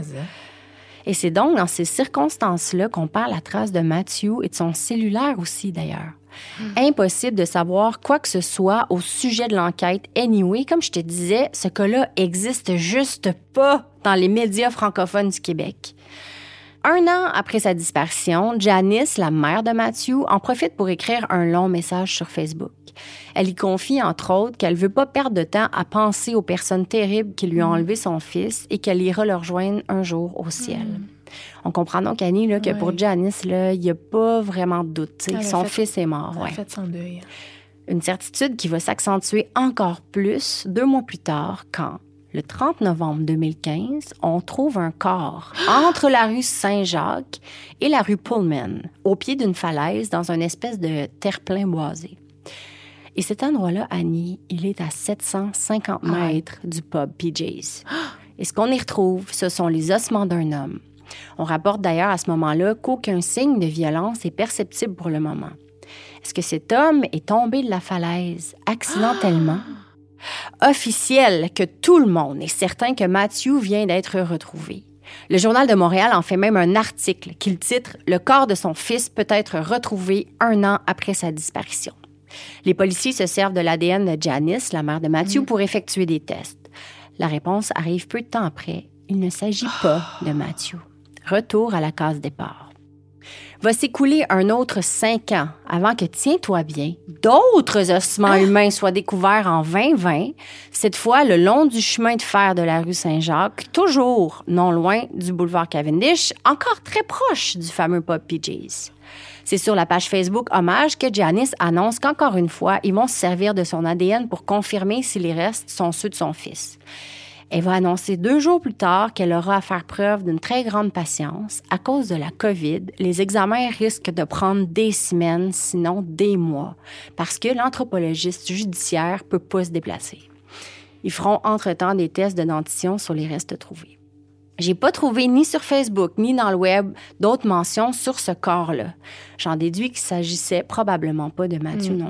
Et c'est donc dans ces circonstances-là qu'on perd la trace de Matthew et de son cellulaire aussi, d'ailleurs. Impossible de savoir quoi que ce soit au sujet de l'enquête. Anyway, comme je te disais, ce cas-là existe juste pas dans les médias francophones du Québec. 1 an après sa disparition, Janice, la mère de Matthew, en profite pour écrire un long message sur Facebook. Elle y confie, entre autres, qu'elle veut pas perdre de temps à penser aux personnes terribles qui lui ont enlevé son fils et qu'elle ira le rejoindre un jour au ciel. On comprend donc, Annie, là, que pour Janice, il n'y a pas vraiment de doute. Son fils est mort. Elle a fait son deuil. Une certitude qui va s'accentuer encore plus 2 mois plus tard quand, le 30 novembre 2015, on trouve un corps entre la rue Saint-Jacques et la rue Pullman, au pied d'une falaise dans une espèce de terre-plein boisé. Et cet endroit-là, Annie, il est à 750 mètres du pub PJ's. Et ce qu'on y retrouve, ce sont les ossements d'un homme. On rapporte d'ailleurs à ce moment-là qu'aucun signe de violence est perceptible pour le moment. Est-ce que cet homme est tombé de la falaise accidentellement? Officiel que tout le monde est certain que Matthew vient d'être retrouvé. Le Journal de Montréal en fait même un article qu'il titre « Le corps de son fils peut être retrouvé 1 an après sa disparition ». Les policiers se servent de l'ADN de Janice, la mère de Matthew, pour effectuer des tests. La réponse arrive peu de temps après. Il ne s'agit pas de Matthew. Retour à la case départ. Va s'écouler un autre 5 ans avant que, tiens-toi bien, d'autres ossements humains soient découverts en 2020, cette fois le long du chemin de fer de la rue Saint-Jacques, toujours non loin du boulevard Cavendish, encore très proche du fameux pub PJ's. C'est sur la page Facebook Hommage que Janice annonce qu'encore une fois, ils vont se servir de son ADN pour confirmer si les restes sont ceux de son fils. Elle va annoncer 2 jours plus tard qu'elle aura à faire preuve d'une très grande patience. À cause de la COVID, les examens risquent de prendre des semaines, sinon des mois, parce que l'anthropologiste judiciaire ne peut pas se déplacer. Ils feront entre-temps des tests de dentition sur les restes trouvés. J'ai pas trouvé ni sur Facebook ni dans le web d'autres mentions sur ce corps-là. J'en déduis qu'il s'agissait probablement pas de Matthew non plus.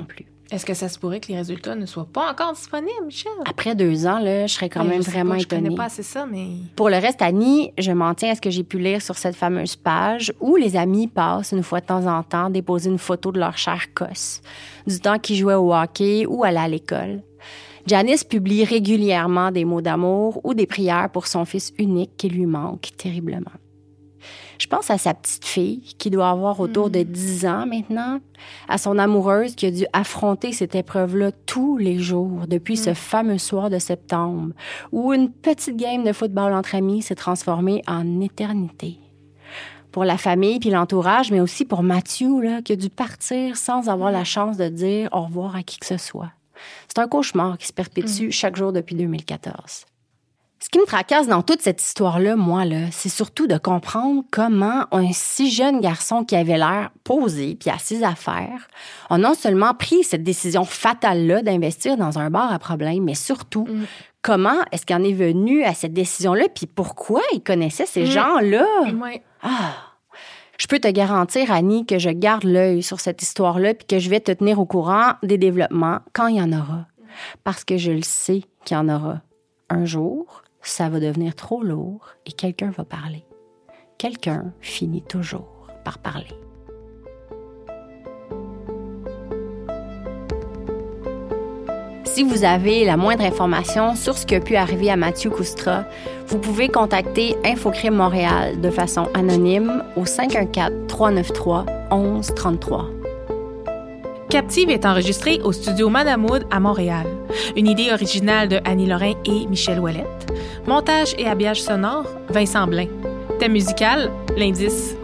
Est-ce que ça se pourrait que les résultats ne soient pas encore disponibles, Michel? Après 2 ans, là, je serais quand même vraiment étonnée. Je connais pas assez ça, mais... Pour le reste, Annie, je m'en tiens à ce que j'ai pu lire sur cette fameuse page où les amis passent une fois de temps en temps déposer une photo de leur chère Cosse, du temps qu'ils jouaient au hockey ou allaient à l'école. Janice publie régulièrement des mots d'amour ou des prières pour son fils unique qui lui manque terriblement. Je pense à sa petite fille, qui doit avoir autour de 10 ans maintenant, à son amoureuse qui a dû affronter cette épreuve-là tous les jours depuis ce fameux soir de septembre, où une petite game de football entre amis s'est transformée en éternité. Pour la famille puis l'entourage, mais aussi pour Mathieu, là, qui a dû partir sans avoir la chance de dire au revoir à qui que ce soit. C'est un cauchemar qui se perpétue chaque jour depuis 2014. Ce qui me tracasse dans toute cette histoire-là, moi, là, c'est surtout de comprendre comment un si jeune garçon qui avait l'air posé puis à ses affaires a non seulement pris cette décision fatale-là d'investir dans un bar à problème, mais surtout, comment est-ce qu'il en est venu à cette décision-là puis pourquoi il connaissait ces gens-là? Ouais. Je peux te garantir, Annie, que je garde l'œil sur cette histoire-là puis que je vais te tenir au courant des développements quand il y en aura. Parce que je le sais qu'il y en aura. Un jour, ça va devenir trop lourd et quelqu'un va parler. Quelqu'un finit toujours par parler. Si vous avez la moindre information sur ce qui a pu arriver à Mathieu Coustra, vous pouvez contacter Infocrime Montréal de façon anonyme au 514-393-1133. Captive est enregistrée au studio Madame Wood à Montréal. Une idée originale de Annie Lorrain et Michel Ouellette. Montage et habillage sonore, Vincent Blain. Thème musical, L'Indice.